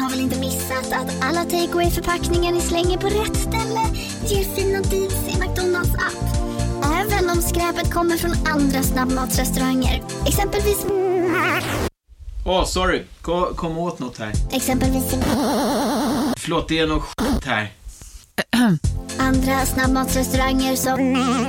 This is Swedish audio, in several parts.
har väl inte missat att alla takeaway-förpackningar ni slänger på rätt ställe ger fina deals i McDonalds app. Även om skräpet kommer från andra snabbmatsrestauranger. Exempelvis... sorry. Kom åt något här. Exempelvis... Förlåt, det är något skit här. Andra snabbmatsrestauranger som...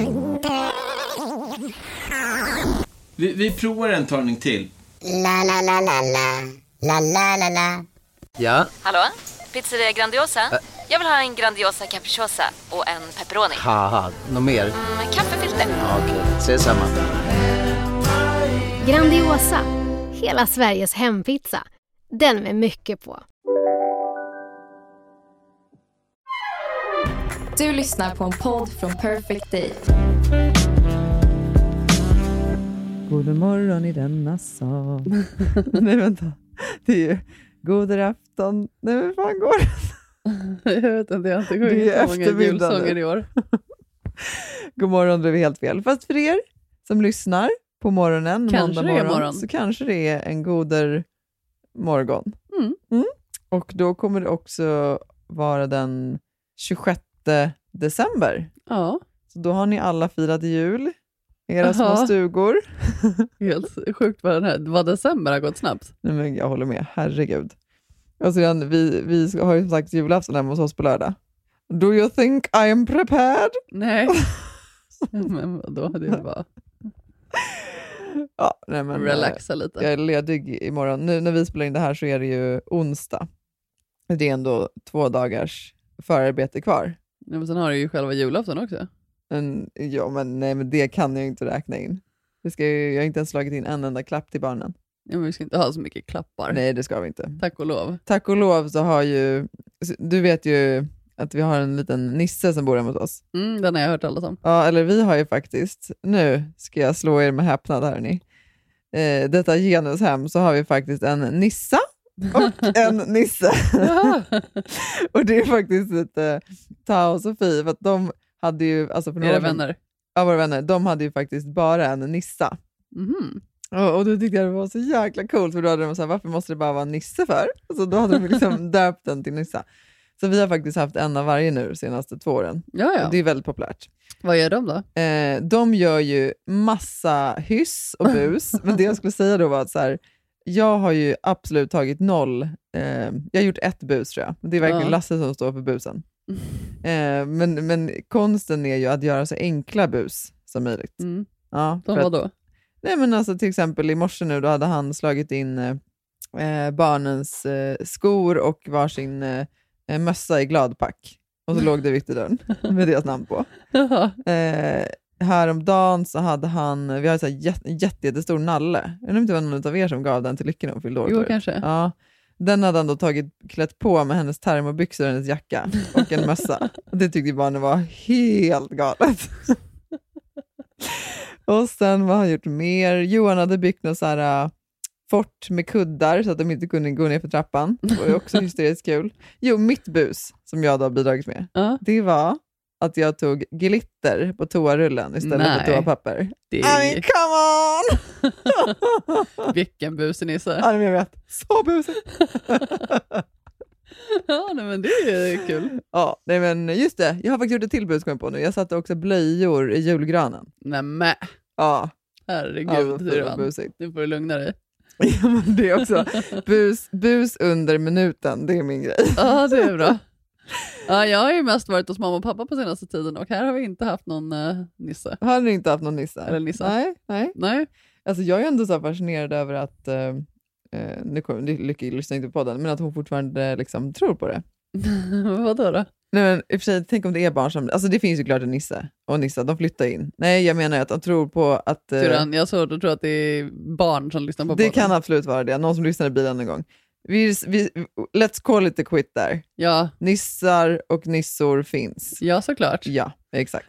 Vi provar en talning till. La la la la la. La la la la. Ja. Hallå? Pizzeria Grandiosa? Jag vill ha en Grandiosa capriciosa och en pepperoni. Haha, något mer? Kaffefilter. Ja, okej, ses samma. Grandiosa, hela Sveriges hempizza. Den med mycket på. Du lyssnar på en podd från Perfect Day. God morgon i denna sal. Nej, vänta. Det är ju god afton. Nej, men fan går det? Jag vet inte, jag har inte sjungit så många julsånger i år. God morgon blev helt fel. Fast för er som lyssnar på morgonen, kanske måndag morgon, så kanske det är en goder morgon. Och då kommer det också vara den 26 december. Ja. Så då har ni alla firat jul. Era små stugor. Helt sjukt vad december har gått snabbt. Nej, men jag håller med, herregud. Och sedan, vi har ju som sagt julafton hemma hos oss på lördag. Do you think I am prepared? Nej. Men då hade det bara... Ja, nej, men relaxa lite. Jag är ledig imorgon. Nu när vi spelar in det här så är det ju onsdag. Det är ändå 2 dagars förarbete kvar. Ja, men sen har du ju själva julafton också. Men det kan jag inte räkna in. Jag har inte ens slagit in en enda klapp till barnen. Ja, men vi ska inte ha så mycket klappar. Nej, det ska vi inte. Tack och lov. Tack och lov så har ju... Du vet ju att vi har en liten nisse som bor hemma hos oss. Den har jag hört alla om. Ja, eller vi har ju faktiskt... Nu ska jag slå er med häpnad här, ni. Detta genushem så har vi faktiskt en nissa och en nisse. Och det är faktiskt ett Ta och Sofie, för att de hade ju... Alltså för era vänner? Ja, våra vänner. De hade ju faktiskt bara en nissa. Och då tyckte jag det var så jäkla coolt, för då hade de så här, varför måste det bara vara en nisse för? Så då hade de liksom döpt den till nissa. Så vi har faktiskt haft en av varje nu de senaste 2 åren. Ja. Och det är väldigt populärt. Vad gör de då? De gör ju massa hyss och bus. Men det jag skulle säga då var att så här, jag har ju absolut tagit 0. Jag har gjort 1 bus, tror jag. Det är verkligen Lasse som står för busen. Men konsten är ju att göra så enkla bus som möjligt. Ja, som vad då? Nej, men alltså till exempel i morse nu, då hade han slagit in barnens skor och varsin mössa i gladpack. Och så låg det vid dörren med deras namn på. Häromdagen så hade han, vi har så här jättestor nalle. Jag vet inte om någon av er som gav den till Lyckan och fyllde år. Jo, kanske. Ja. Den hade han då klätt på med hennes termobyxor och hennes jacka och en mössa. Och det tyckte barnen var helt galet. Och sen vad har han gjort mer? Johan hade byggt något så här fort med kuddar så att de inte kunde gå ner för trappan. Det var också hysteriskt kul. Jo, mitt bus som jag då har bidragit med, det var att jag tog glitter på toarullen istället för toapapper. I mean, come on! Vilken busenisse. Ja, men jag vet. Så busig. Ja, nej, men det är kul. Ja, nej, men just det. Jag har faktiskt gjort ett till bus på nu. Jag satte också blöjor i julgranen. Nämen. Ja. Herregud, nu får du lugna dig. Ja, men det är också bus under minuten. Det är min grej. Ja, det är bra. Ja, jag har ju mest varit hos mamma och pappa på senaste tiden och här har vi inte haft någon nisse. Har ni inte haft någon nisse? Eller nissa? Nej. Alltså jag är ändå så fascinerad över att Lycka lyssnar inte på den, men att hon fortfarande liksom tror på det. Vadå då? Nej, men i och för sig, tänk om det är barn som... Alltså det finns ju klart en nisse och nissa, de flyttar in. Nej, jag menar att de tror på att... Jag tror att det är barn som lyssnar på det podden. Kan absolut vara det. Någon som lyssnar i bilen en gång. Let's call it a quit där. Ja. Nissar och nissor finns. Ja, såklart. Ja, exakt.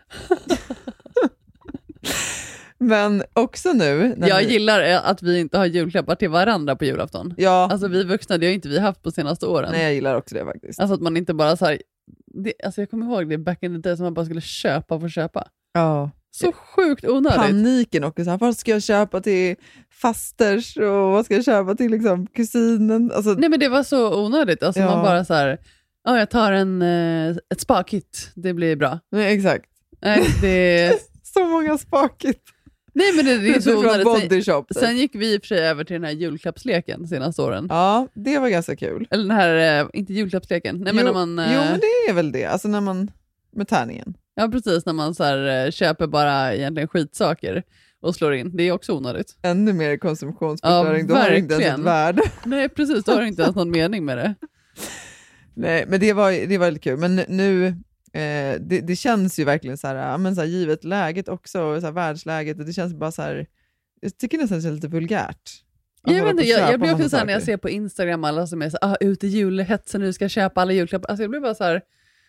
Men också nu... Jag gillar att vi inte har julklappar till varandra på julafton. Ja. Alltså vi vuxna, det har inte vi haft på senaste åren. Nej, jag gillar också det faktiskt. Alltså att man inte bara så här... alltså jag kommer ihåg det back in the day som man bara skulle köpa för köpa. Ja. Så sjukt onödigt. Paniken och så här, vad ska jag köpa till fasters och vad ska jag köpa till liksom kusinen? Alltså, Nej, men det var så onödigt. Alltså man bara så här, jag tar ett spa-kit, det blir bra. Nej, exakt. Nej, det så många spa-kit. Nej, men det är så onödigt. Body shop, sen gick vi i och för sig över till den här julklappsleken senaste åren. Ja, det var ganska kul. Eller den här, inte julklappsleken. Nej, men när man, men det är väl det. Alltså när man, med tärningen. Ja, precis. När man så här, köper bara egentligen skitsaker och slår in. Det är också onödigt. Ännu mer konsumtionsförstöring. Då har det inte ens ett värde. Nej, precis. Då har det inte ens någon mening med det. Nej, men det var lite kul. Men nu, det känns ju verkligen så här, men så här, givet läget också, så här, världsläget. Det känns bara så här, jag tycker nästan att det är lite vulgärt. Jag blir också så här, när jag ser på Instagram alla som är så här, ut i julhetsen, nu ska jag köpa alla julklappar. Alltså jag blir bara så här,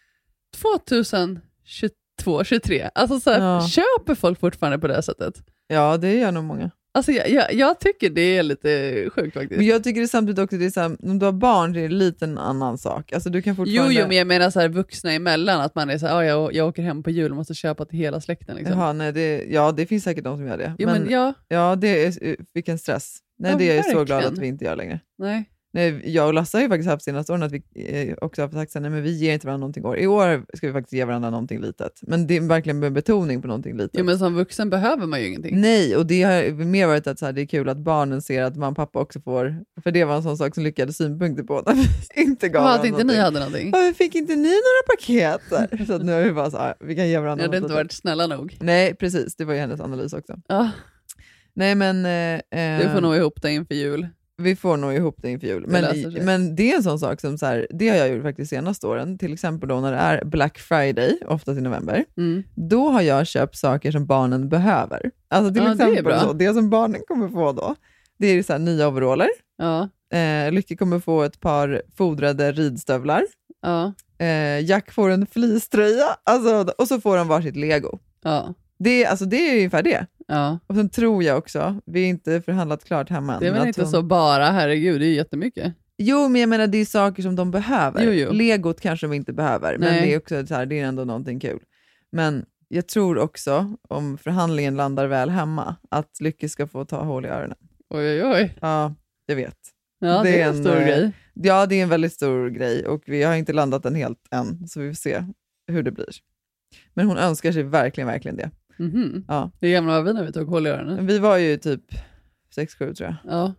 2022, 23. Alltså så här, köper folk fortfarande på det här sättet? Ja, det gör nog många. Alltså jag tycker det är lite sjukt faktiskt. Men jag tycker det samtidigt också, det är så här, om du har barn, det är en liten annan sak. Alltså du kan fortfarande... Jo, men jag menar så här, vuxna emellan, att man är så här, jag åker hem på jul och måste köpa till hela släkten. Liksom. Jaha, nej, det finns säkert de som gör det. Jo, men ja, det är, vilken stress. Nej, det är jag så glad att vi inte gör längre. Nej, jag och Lasse har ju faktiskt haft senaste åren att vi också har sagt att vi ger inte varandra någonting i år. I år ska vi faktiskt ge varandra någonting litet. Men det är verkligen med betoning på någonting litet. Jo, men som vuxen behöver man ju ingenting. Nej, och det har mer varit att så här, det är kul att barnen ser att mamma och pappa också får. För det var en sån sak som lyckades synpunkter på när vi inte gav varandra inte ni hade någonting? Ja, fick inte ni några paket? Så att nu har vi bara så här, vi kan ge varandra något. Det hade inte varit snälla nog. Nej, precis. Det var ju hennes analys också. Ja. Nej, men... du får nog ihop det inför jul. Vi får nog ihop det inför jul. Men det är en sån sak som så här, det har jag gjort faktiskt senaste åren. Till exempel då när det är Black Friday, oftast i november. Då har jag köpt saker som barnen behöver. Alltså till exempel det som barnen kommer få då. Det är så här, nya overaller. Ja. Lycke kommer få ett par fodrade ridstövlar. Ja. Jack får en fleecetröja. Alltså, och så får de varsitt Lego. Ja. Det är ungefär det. Ja. Och sen tror jag också, vi är inte förhandlat klart hemma. Det är väl inte så bara, herregud, det är jättemycket. Jo, men jag menar det är saker som de behöver. Jo. Legot kanske de inte behöver, men det är också så här, det är ändå någonting kul. Men jag tror också, om förhandlingen landar väl hemma, att Lycke ska få ta hål i öronen. Oj. Ja, jag vet. Ja, det är en stor grej. Ja, det är en väldigt stor grej och vi har inte landat den helt än, så vi får se hur det blir. Men hon önskar sig verkligen det. Mm-hmm. Ja. Hur gamla var vi när vi tog hål i öronen? Vi var ju typ 6-7 tror jag. Ja.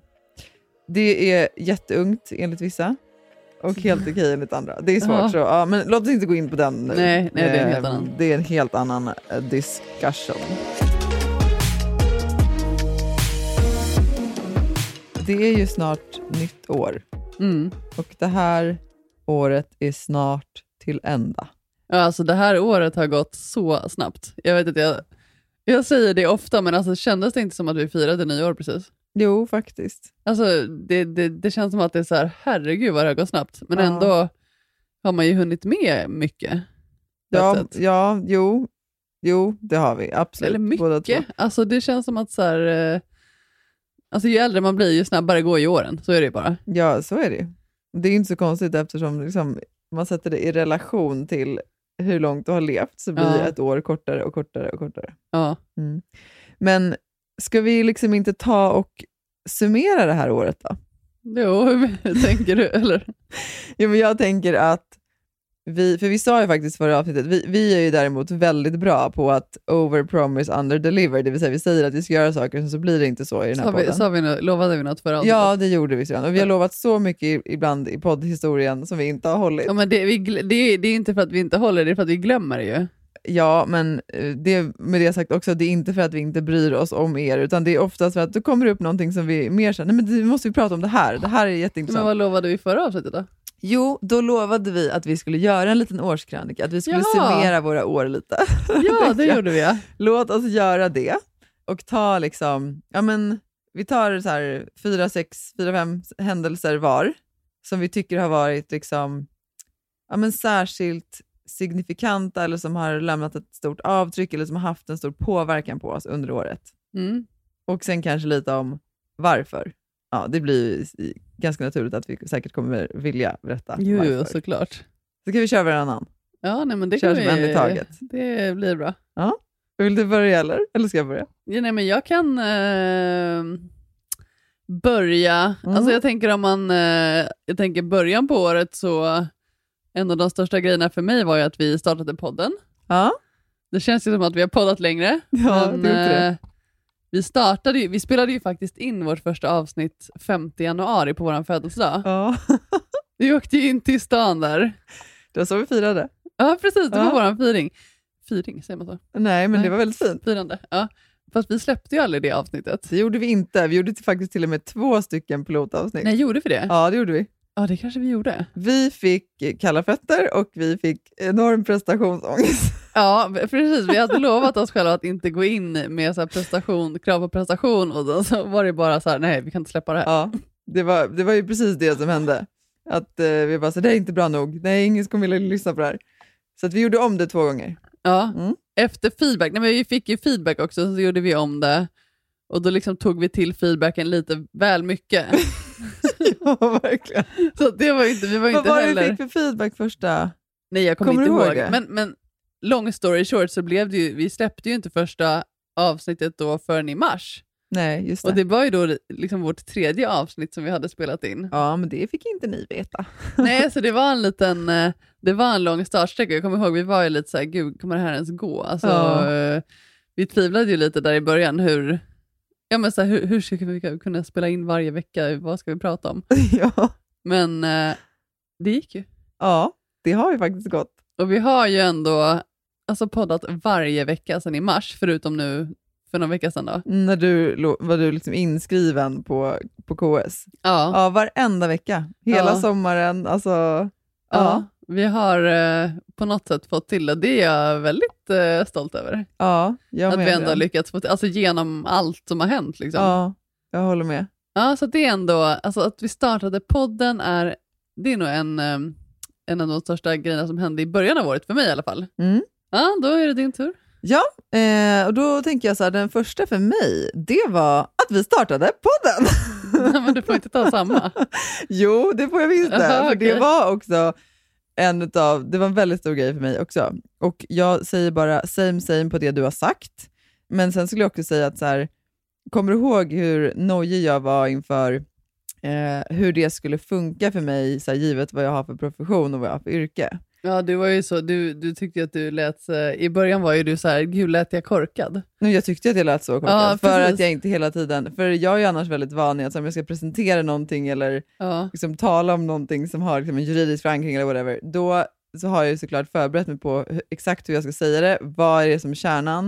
Det är jätteungt enligt vissa och helt okej enligt andra. Det är svårt så, men låt oss inte gå in på den nu. Nej, det är en helt annan. Det är en helt annan discussion. Det är ju snart nytt år. Och det här året är snart till ända. Ja, alltså det här året har gått så snabbt. Jag vet att jag säger det ofta, men alltså kändes det inte som att vi firade nyår precis? Jo, faktiskt. Alltså det känns som att det är så här, herregud vad det har gått snabbt. Men ändå har man ju hunnit med mycket. Jo, det har vi. Absolut. Eller mycket. Alltså det känns som att så här, alltså ju äldre man blir, ju snabbare går ju åren. Så är det ju bara. Ja, så är det. Det är inte så konstigt eftersom liksom, man sätter det i relation till hur långt du har levt, så blir ett år kortare och kortare och kortare. Ja. Men ska vi liksom inte ta och summera det här året då? Jo, hur tänker du? Eller? Jo, men jag tänker att vi sa ju faktiskt förra avsnittet, vi är ju däremot väldigt bra på att overpromise underdeliver, det vill säga vi säger att vi ska göra saker så blir det inte så i den här podden. Lovade vi något förra avsnittet? Ja, det gjorde vi sedan. Och vi har lovat så mycket ibland i poddhistorien som vi inte har hållit. Ja, men det är inte för att vi inte håller, det är för att vi glömmer det ju. Ja, men med det sagt också, det är inte för att vi inte bryr oss om er, utan det är oftast för att det kommer upp någonting som vi mer känner, nej men det måste vi prata om det här är jätteintressant. Men vad lovade vi förra avsnittet då? Jo, då lovade vi att vi skulle göra en liten årskrönika, att vi skulle summera våra år lite. Ja, det gjorde vi. Ja. Låt oss göra det och ta liksom, vi tar så här 4-5 händelser var som vi tycker har varit liksom, särskilt signifikanta eller som har lämnat ett stort avtryck eller som har haft en stor påverkan på oss under året. Och sen kanske lite om varför. Ja, det blir ganska naturligt att vi säkert kommer vilja berätta varför. Jo, såklart. Så kan vi köra varannan. Ja, nej, men det kör kan vi. En i taget. Det blir bra. Ja. Vill du börja eller ska jag börja? Ja, nej, men jag kan börja. Alltså jag tänker jag tänker början på året, så en av de största grejerna för mig var ju att vi startade podden. Ja. Det känns ju som att vi har poddat längre. Ja, men, det. Vi spelade ju faktiskt in vårt första avsnitt 5 januari på vår födelsedag. Ja. Vi åkte ju in till stan där. Det var så vi firade. Ja, precis. Det var vår firing. Firing, säger man så? Nej, men det var väldigt fint. Firande, ja. Fast vi släppte ju aldrig det avsnittet. Det gjorde vi inte. Vi gjorde faktiskt till och med 2 stycken pilotavsnitt. Nej, gjorde vi det? Ja, det gjorde vi. Ja, det kanske vi gjorde. Vi fick kalla fötter och vi fick enorm prestationsångest. Ja, precis. Vi hade lovat oss själva att inte gå in med så här krav på prestation, och då så var det bara så här: nej, vi kan inte släppa det här. Ja, det var ju precis det som hände. Att vi bara så det är inte bra nog. Nej, ingen kommer vilja lyssna på det här. Så att vi gjorde om det 2 gånger. Ja, efter feedback. Nej, men vi fick ju feedback också, så gjorde vi om det. Och då liksom tog vi till feedbacken lite väl mycket. Ja, verkligen. Så det var inte, vi var inte heller... heller... Vad var det vi fick för feedback första? Nej, jag kommer inte ihåg det. Men long story short, så blev det ju, vi släppte ju inte första avsnittet då förrän i mars. Nej, just det. Och det var ju då liksom vårt 3:e avsnitt som vi hade spelat in. Ja, men det fick inte ni veta. Nej, så det var en lång startsträcka. Jag kommer ihåg, vi var ju lite så här: gud, kommer det här ens gå? Alltså, vi tvivlade ju lite där i början hur ska vi kunna spela in varje vecka? Vad ska vi prata om? Ja. Men det gick ju. Ja, det har ju faktiskt gått. Och vi har ju ändå poddat varje vecka sedan i mars, förutom nu för några veckor sedan då. När var du liksom inskriven på KS? Ja. Ja, varenda vecka. Hela sommaren, alltså. Ja, vi har på något sätt fått till det. Det är jag väldigt stolt över. Ja, jag att med vi ändå har det. Lyckats få till, alltså genom allt som har hänt liksom. Ja, jag håller med. Ja, så det är ändå, alltså att vi startade podden det är nog en av de största grejerna som hände i början av året, för mig i alla fall. Mm. Ja, då är det din tur. Ja, och då tänker jag så här, den första för mig, det var att vi startade podden. Men du får inte ta samma. Jo, det får jag visst. Aha, för okay. det var också det var en väldigt stor grej för mig också. Och jag säger bara same på det du har sagt. Men sen skulle jag också säga att så här, kommer du ihåg hur nojig jag var inför hur det skulle funka för mig, så här, givet vad jag har för profession och vad jag har för yrke? Ja, du var ju så, du tyckte att du lät, i början var ju du så här: gud, lät jag korkad? Nu, jag tyckte att jag lät så korkad, ja, för att jag inte hela tiden, för jag är ju annars väldigt van att om jag ska presentera någonting eller liksom tala om någonting som har liksom en juridisk förankring eller whatever, då så har jag ju såklart förberett mig på exakt hur jag ska säga det, vad är det som är kärnan,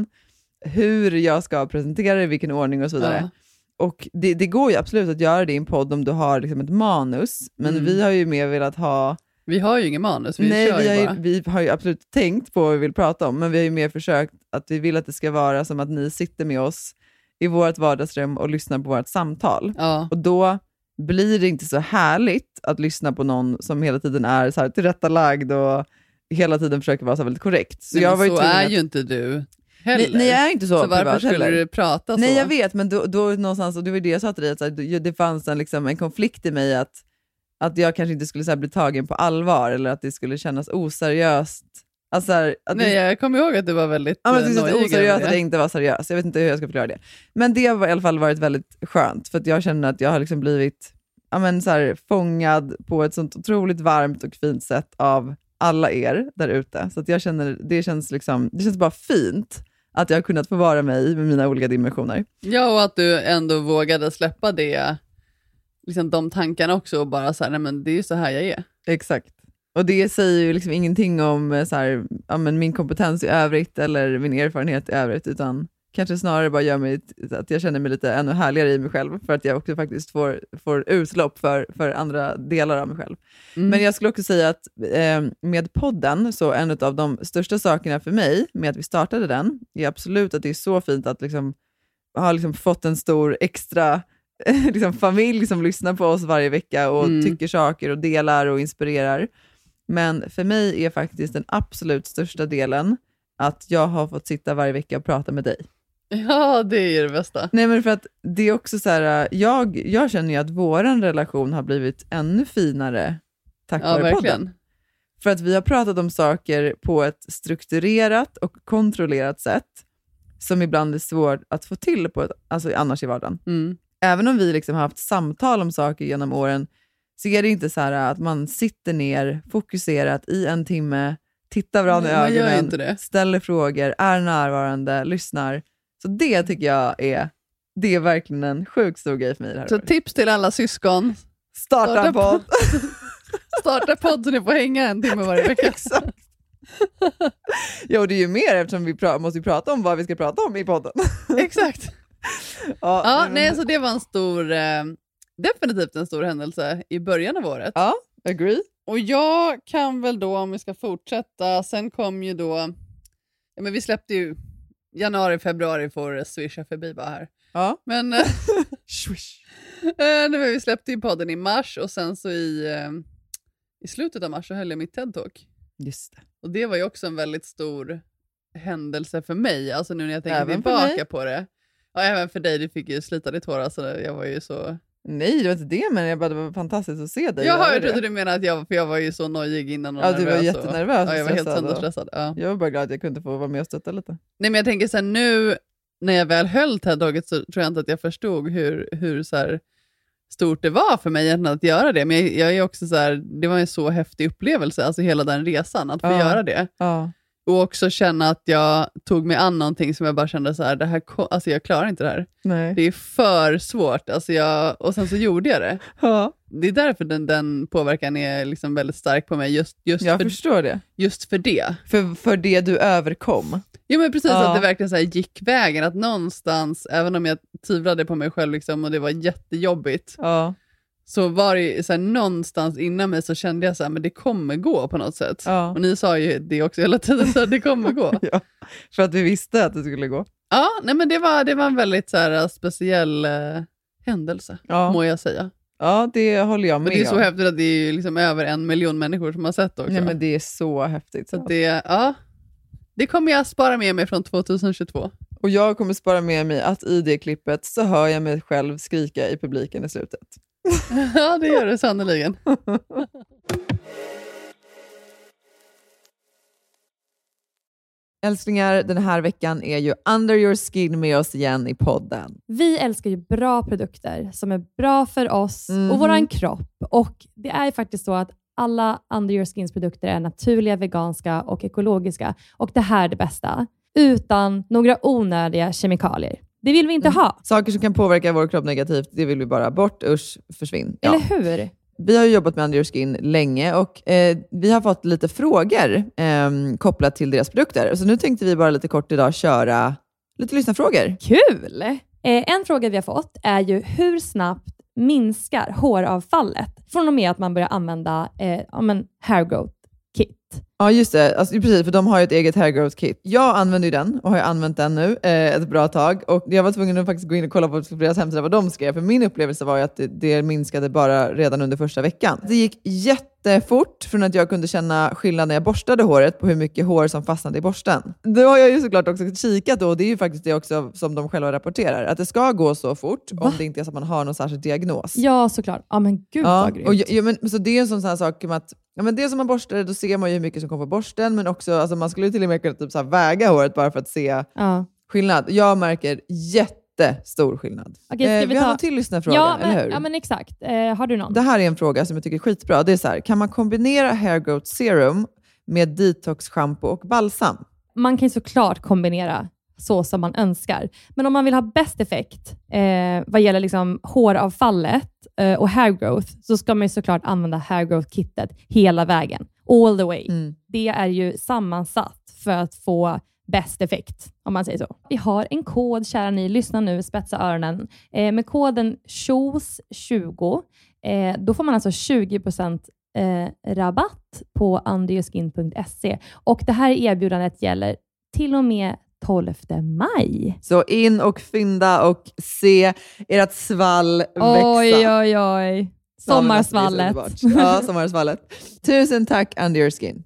hur jag ska presentera det, i vilken ordning och så vidare. Ja. Och det går ju absolut att göra det i en podd om du har liksom ett manus, men vi har ju mer velat ha... Vi har ju ingen manus, vi har ju absolut tänkt på vad vi vill prata om, men vi har ju mer försökt att vi vill att det ska vara som att ni sitter med oss i vårt vardagsrum och lyssnar på vårt samtal. Ja. Och då blir det inte så härligt att lyssna på någon som hela tiden är så här tillrättalagd och hela tiden försöker vara så väldigt korrekt. Så, jag var ju ju inte du heller. Nej, jag är inte så varför skulle du prata så? Nej, jag vet, men då någonstans, och det var det jag sa till dig, att så här, det fanns en konflikt i mig att jag kanske inte skulle så här, bli tagen på allvar, eller att det skulle kännas oseriöst. Alltså, nej, jag kommer ihåg att du var väldigt oseriöst, att jag inte var seriös. Jag vet inte hur jag ska förklara det. Men det har i alla fall varit väldigt skönt, för att jag känner att jag har liksom blivit så här, fångad på ett sånt otroligt varmt och fint sätt av alla er där ute. Så att jag känner, det känns bara fint att jag har kunnat få vara mig med mina olika dimensioner. Ja, och att du ändå vågade släppa det, liksom de tankarna också, och bara så här, nej men det är ju så här jag är. Exakt. Och det säger ju liksom ingenting om så här, min kompetens i övrigt eller min erfarenhet i övrigt, utan kanske snarare bara gör mig att jag känner mig lite ännu härligare i mig själv, för att jag också faktiskt får utlopp för andra delar av mig själv. Men jag skulle också säga att med podden, så en av de största sakerna för mig med att vi startade den är absolut att det är så fint att liksom ha liksom fått en stor extra liksom familj som lyssnar på oss varje vecka och tycker saker och delar och inspirerar. Men för mig är faktiskt den absolut största delen att jag har fått sitta varje vecka och prata med dig. Ja, det är det bästa. Nej, men för att det är också så här, jag känner ju att våran relation har blivit ännu finare tack vare podden. För att vi har pratat om saker på ett strukturerat och kontrollerat sätt. som ibland är svårt att få till på alltså annars i vardagen. Även om vi liksom har haft samtal om saker genom åren, så är det inte så här att man sitter ner fokuserat i en timme, tittar varandra i ögonen, ställer frågor, är närvarande, lyssnar. Så det tycker jag det är verkligen en sjukt stor grej för mig. Så tips till alla syskon. Starta podd. Starta podd så ni får hänga en timme varje vecka. Exakt. Ja, och det är ju mer eftersom vi måste prata om vad vi ska prata om i podden. Exakt. Nej, så det var en stor, definitivt en stor händelse i början av året. Ja, agree. Och jag kan väl då, om vi ska fortsätta, sen kom ju då, men vi släppte ju januari, februari får swisha förbi bara här. Ja. Men Swish. Vi släppte ju podden i mars och sen så i slutet av mars så höll jag mitt TED-talk. Just det. Och det var ju också en väldigt stor händelse för mig. Alltså nu när jag tänker även tillbaka på det. Ja, även för dig. Du fick ju slita ditt hår. Alltså jag var ju så... Nej, det var inte det, men det var fantastiskt att se dig. Jag trodde du menade att jag var ju så nojig innan och nervös. Ja, du var jättenervös. Ja, jag var helt sönderstressad. Ja. Jag var bara glad att jag kunde få vara med och stötta lite. Nej, men jag tänker så här, nu när jag väl höll TED-taget så tror jag inte att jag förstod hur så här stort det var för mig att göra det. Men jag är också så här, det var en så häftig upplevelse, alltså hela den resan, att få göra det. Ja. Och också känna att jag tog mig an någonting som jag bara kände så här, alltså jag klarar inte det här. Nej. Det är för svårt. Alltså och sen så gjorde jag det. Ja. Det är därför den påverkan är liksom väldigt stark på mig. Just jag förstår det. Just för det. För det du överkom. Jo, men precis, att det verkligen så här gick vägen. Att någonstans, även om jag tvivlade på mig själv liksom, och det var jättejobbigt. Ja. Så var det så här, någonstans innan mig så kände jag så här, men det kommer gå på något sätt. Ja. Och ni sa ju det också hela tiden, så det kommer gå. Ja, för att vi visste att det skulle gå. Ja, nej, men det var en väldigt så här, speciell händelse, må jag säga. Ja, det håller jag med om. Och det är så häftigt att det är liksom över 1 miljon människor som har sett också. Nej, men det är så häftigt. Så det kommer jag spara med mig från 2022. Och jag kommer spara med mig att i det klippet så hör jag mig själv skrika i publiken i slutet. Ja, det gör det sannoliken. Älsklingar, den här veckan är ju Under Your Skin med oss igen i podden. Vi älskar ju bra produkter som är bra för oss och våran kropp. Och det är ju faktiskt så att alla Under Your Skins produkter är naturliga, veganska och ekologiska. Och det här är det bästa. Utan några onödiga kemikalier. Det vill vi inte ha. Saker som kan påverka vår kropp negativt, det vill vi bara bort. Usch, försvinn. Eller hur? Vi har ju jobbat med Under Your Skin länge och vi har fått lite frågor kopplat till deras produkter. Så nu tänkte vi bara lite kort idag köra lite lyssnarfrågor. Kul! En fråga vi har fått är ju hur snabbt minskar håravfallet från och med att man börjar använda hair growth kit. Ja, just det. Alltså, precis, för de har ju ett eget hair growth kit. Jag använder ju den och har använt den nu ett bra tag. Och jag var tvungen att faktiskt gå in och kolla på deras hemsida vad de skrev. För min upplevelse var ju att det minskade bara redan under första veckan. Det gick jättefort från att jag kunde känna skillnad när jag borstade håret på hur mycket hår som fastnade i borsten. Då har jag ju såklart också kikat då, och det är ju faktiskt det också som de själva rapporterar. Att det ska gå så fort om det inte är så att man har någon särskild diagnos. Ja, såklart. Ja, men gud vad grymt. Och så det är en sån här sak med att det som man borstar, då ser man ju hur mycket som kommer på borsten, men också, alltså man skulle till och med kunna typ så här väga håret bara för att se skillnad. Jag märker jättestor skillnad. Okej, vi har en till lyssnarfråga, eller hur? Ja, men exakt. Har du någon? Det här är en fråga som jag tycker är skitbra. Det är så här, kan man kombinera hair growth serum med detox shampoo och balsam? Man kan ju såklart kombinera så som man önskar. Men om man vill ha bäst effekt vad gäller liksom håravfallet och hair growth, så ska man ju såklart använda hair growth kittet hela vägen. All the way. Det är ju sammansatt för att få bäst effekt, om man säger så. Vi har en kod, kära ni. Lyssna nu, spetsa öronen. Med koden SHOES20 då får man alltså 20% rabatt på underyourskin.se. Och det här erbjudandet gäller till och med 12 maj. Så in och fynda och se ert svall växa. Oj. Sommarsvallet. Ja, sommarsvallet. Tusen tack, Under Your Skin.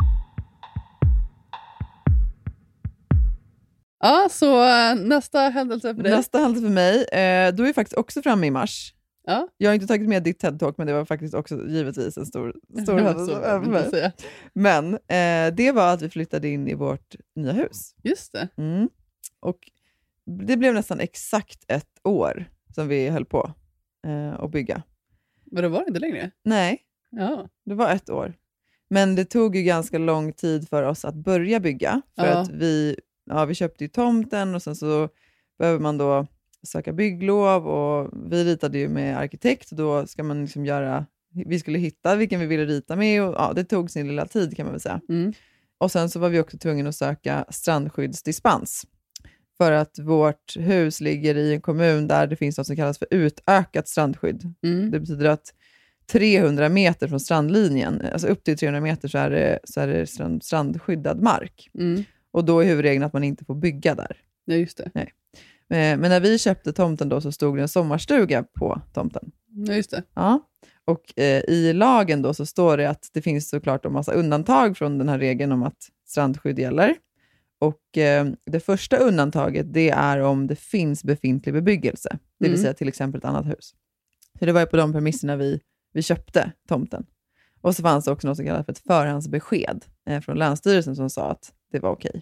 Ja, så nästa händelse för dig. Nästa händelse för mig, då är vi faktiskt också framme i mars. Ja. Jag har inte tagit med ditt TED-talk, men det var faktiskt också givetvis en stor händelse för mig. Men det var att vi flyttade in i vårt nya hus. Just det. Och det blev nästan exakt 1 år som vi höll på att bygga. Men det var inte längre? Nej, ja. Det var 1 år. Men det tog ju ganska lång tid för oss att börja bygga. För att vi köpte ju tomten och sen så behöver man då söka bygglov och vi ritade ju med arkitekt. Och då ska man liksom vi skulle hitta vilken vi ville rita med och det tog sin lilla tid kan man väl säga. Och sen så var vi också tvungna att söka strandskyddsdispens. För att vårt hus ligger i en kommun där det finns något som kallas för utökat strandskydd. Det betyder att 300 meter från strandlinjen, alltså upp till 300 meter så är det strandskyddad mark. Och då är huvudregeln att man inte får bygga där. Ja, just det. Nej. Men när vi köpte tomten då så stod det en sommarstuga på tomten. Ja, just det. Ja. Och i lagen då så står det att det finns såklart en massa undantag från den här regeln om att strandskydd gäller. Och det första undantaget det är om det finns befintlig bebyggelse. Det vill säga till exempel ett annat hus. Så det var ju på de premisserna vi köpte tomten. Och så fanns det också något som kallas för ett förhandsbesked från Länsstyrelsen som sa att det var okej.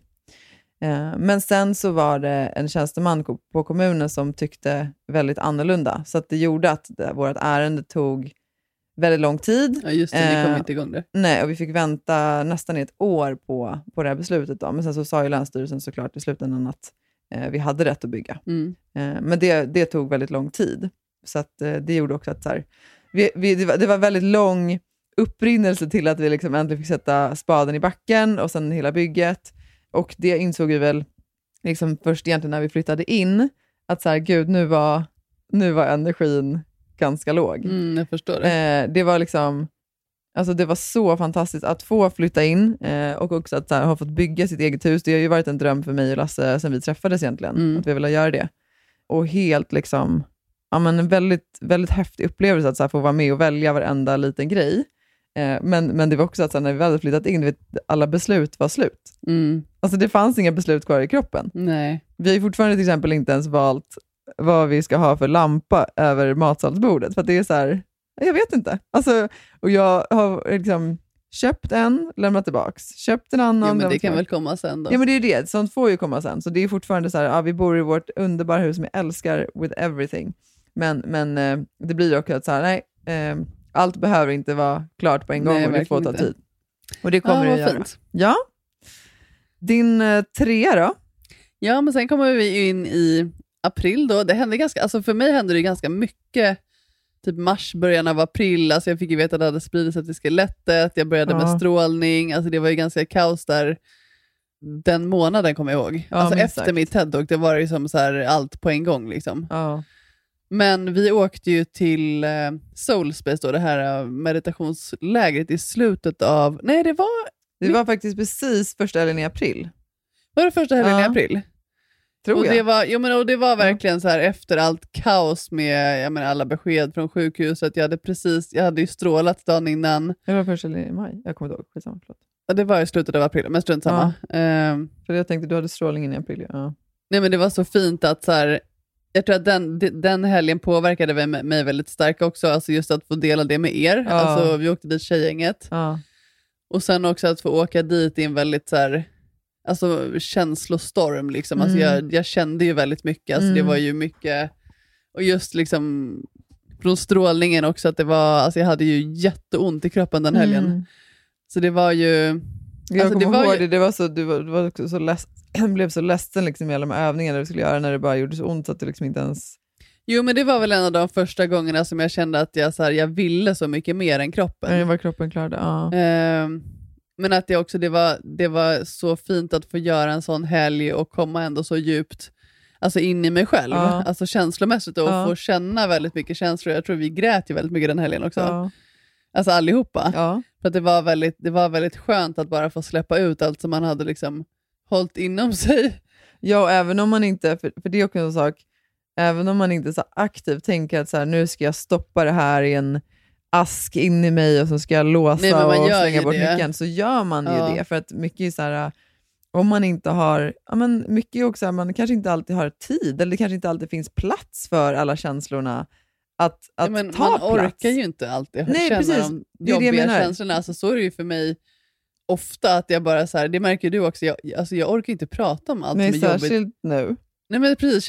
Men sen så var det en tjänsteman på kommunen som tyckte väldigt annorlunda. Så att det gjorde att vårt ärende tog väldigt lång tid. Ja just det, vi kom inte igång där. Nej, och vi fick vänta nästan 1 år på det här beslutet då. Men sen så sa ju Länsstyrelsen såklart i slutändan att vi hade rätt att bygga. Men det tog väldigt lång tid. Så att det gjorde också att så här, det var väldigt lång upprinnelse till att vi liksom äntligen fick sätta spaden i backen och sen hela bygget. Och det insåg vi väl liksom först egentligen när vi flyttade in att så här, gud, nu var energin ganska låg. Jag förstår det. Det var liksom, alltså det var så fantastiskt att få flytta in och också att så här, ha fått bygga sitt eget hus. Det har ju varit en dröm för mig och Lasse sen vi träffades egentligen, att vi ville göra det. Och helt liksom, ja men en väldigt, väldigt häftig upplevelse att så här, få vara med och välja varenda liten grej. Men det var också att så här, när vi hade flyttat in, alla beslut var slut. Alltså det fanns inga beslut kvar i kroppen. Nej. Vi har ju fortfarande till exempel inte ens valt vad vi ska ha för lampa över matsalsbordet. För att det är så här, jag vet inte. Alltså, och jag har liksom köpt en, lämnat tillbaks. Köpt en annan. Ja, men det kan väl komma sen då. Ja, men det är det. Sånt får ju komma sen. Så det är fortfarande så här, vi bor i vårt underbara hus som jag älskar with everything. Men det blir också att så här, nej, allt behöver inte vara klart på en gång. Nej, och det får ta tid. Och det kommer det att göra. Fint. Ja. Din 3 då? Ja, men sen kommer vi in i april då. Det hände alltså för mig hände det ganska mycket. Typ mars, början av april. Alltså jag fick ju veta att det hade spridit sig till skelettet. Jag började med strålning. Alltså det var ju ganska kaos där. Den månaden kommer jag ihåg. Ja, alltså efter mitt TED-talk, det var ju som så här allt på en gång liksom. Ja. Men vi åkte ju till Soulspace då, det här meditationslägret i slutet av... Nej, det var faktiskt precis första helgen i april. Var det första helgen i april? Tror och jag. Det var verkligen så här efter allt kaos med alla besked från sjukhuset. Jag hade ju strålat dagen innan. Det var första helgen i maj. Jag kommer inte ihåg. Skitsamma, förlåt. Ja, det var i slutet av april, men strunt samma. För jag tänkte du hade strålningen i april. Ja. Nej, men det var så fint att så här... Jag tror att den helgen påverkade mig väldigt starkt också. Alltså just att få dela det med er. Ja. Alltså vi åkte dit tjejgänget. Ja. Och sen också att få åka dit i en väldigt så här, alltså känslostorm liksom. Alltså jag kände ju väldigt mycket. Alltså det var ju mycket. Och just liksom från strålningen också att det var, alltså jag hade ju jätteont i kroppen den helgen. Så det var ju... Jag kommer ihåg det var så, du var också så ledsen. Jag blev så ledsen liksom i alla de övningarna vi skulle göra när det bara gjorde så ont att det liksom inte ens... Jo, men det var väl en av de första gångerna som jag kände att jag ville så mycket mer än kroppen. Ja, vad kroppen klarade, ja. Men att det var så fint att få göra en sån helg och komma ändå så djupt alltså in i mig själv. Ja. Alltså känslomässigt och få känna väldigt mycket känslor. Jag tror vi grät ju väldigt mycket den helgen också. Ja. Alltså allihopa. Ja. För att det var väldigt skönt att bara få släppa ut allt som man hade liksom hållit inom sig. Ja, även om man inte, för det är också en sak, även om man inte så aktivt tänker att så här, nu ska jag stoppa det här i en ask in i mig och så ska jag låsa och slänga bort nyckeln, så gör man ju det. För att mycket är så här, om man inte har, ja men mycket är också, man kanske inte alltid har tid, eller det kanske inte alltid finns plats för alla känslorna att ta man plats. Orkar ju inte alltid känna de jobbiga känslorna. Alltså, så är det ju för mig ofta att jag bara så här, det märker du också, jag orkar inte prata om allt som är jobbigt. Särskilt nu. Nej men precis,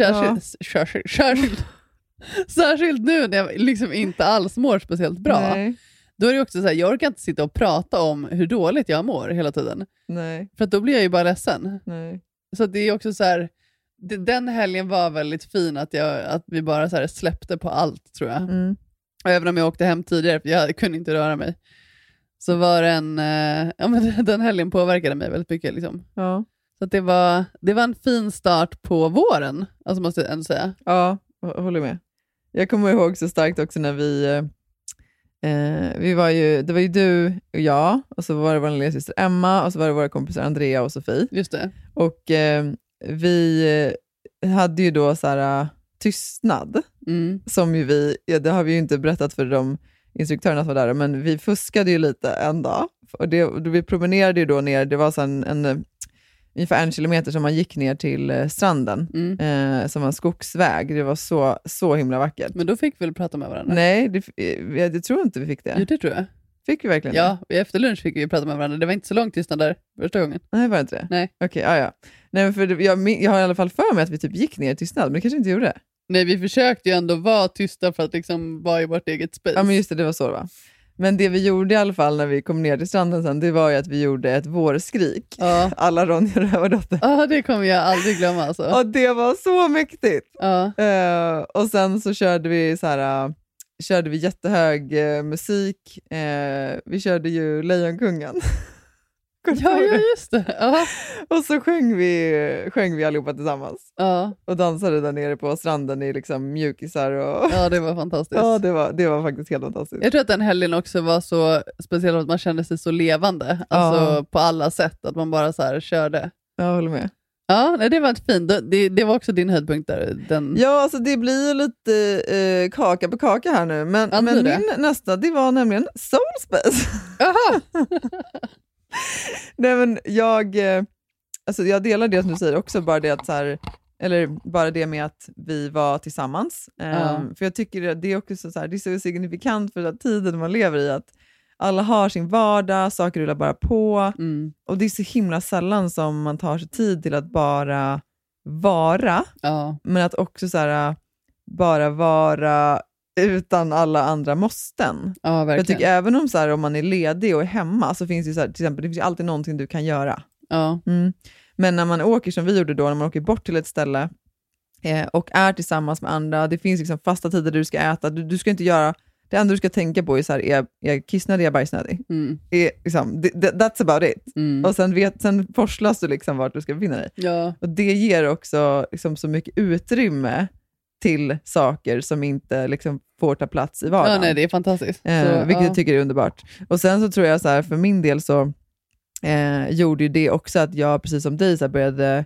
särskilt nu när jag liksom inte alls mår speciellt bra. Nej. Då är det också så här, jag orkar inte sitta och prata om hur dåligt jag mår hela tiden. Nej. För att då blir jag ju bara ledsen. Nej. Så det är också så här, den helgen var väldigt fin att vi bara så här släppte på allt, tror jag. Mm. Och även om jag åkte hem tidigare, för jag kunde inte röra mig, så var den helgen påverkade mig väldigt mycket. Liksom. Ja. Så att det var en fin start på våren, alltså måste jag ändå säga. Ja, jag håller med. Jag kommer ihåg så starkt också när vi var ju, det var ju du och jag, och så var det vår lilla syster Emma, och så var det våra kompisar Andrea och Sofie. Just det. Och vi hade ju då så här tystnad, som ju det har vi ju inte berättat för de instruktörerna som var där, men vi fuskade ju lite en dag. Och vi promenerade ju då ner, det var så ungefär 1 kilometer som man gick ner till stranden, som en skogsväg. Det var så himla vackert. Men då fick vi väl prata med varandra? Nej, jag tror inte vi fick det. Jo, det tror jag. Fick vi verkligen det? Ja, efter lunch fick vi prata med varandra. Det var inte så långt tystnad där första gången. Nej, var det inte det? Nej. Okej, ja. Nej, men för jag har i alla fall för mig att vi typ gick ner till tystnad, men det kanske inte gjorde det. Nej, vi försökte ju ändå vara tysta för att liksom vara i vårt eget space. Ja, men just det var så, va? Men det vi gjorde i alla fall när vi kom ner till stranden sen, det var ju att vi gjorde ett vårskrik. Ja. Alla Ronja Rövardotter. Ja, det kommer jag aldrig glömma alltså. Och det var så mäktigt. Ja. Och sen så körde vi jättehög musik. Vi körde ju Lejonkungen. Ja, just det. Ja. Och så sjöng vi allihopa tillsammans. Ja. Och dansade där nere på stranden i liksom mjukisar. Ja, det var fantastiskt. Ja, det var faktiskt helt fantastiskt. Jag tror att den helgen också var så speciell att man kände sig så levande. Alltså på alla sätt. Att man bara så här körde. Jag håller med. Ja, det var fint. Det var också din höjdpunkt där. Ja, alltså det blir lite kaka på kaka här nu. Men min nästa, det var nämligen Soulspace. Jaha! Nej, men jag delar det som du säger också, bara det att så här, eller bara det med att vi var tillsammans. För jag tycker det är också så här, det är så signifikant för den tiden man lever i, att alla har sin vardag, saker rullar bara på. Och det är så himla sällan som man tar sig tid till att bara vara. Men att också så här, bara vara utan alla andra måsten. Ja, jag tycker även om, så här, om man är ledig och är hemma, så finns det ju så här, till exempel, det finns ju alltid någonting du kan göra. Ja. Men när man åker som vi gjorde då, när man åker bort till ett ställe och är tillsammans med andra, det finns liksom fasta tider där du ska äta, du ska inte göra, det enda du ska tänka på är så här, är jag kissnödig, är jag bajsnödig? Liksom, that's about it. Och sen forslas du liksom vart du ska befinna dig. Ja. Och det ger också liksom så mycket utrymme till saker som inte liksom får ta plats i vardagen. Ja, nej, det är fantastiskt. Vilket jag tycker är underbart. Och sen så tror jag så här, för min del så gjorde ju det också att jag, precis som dig, så här, började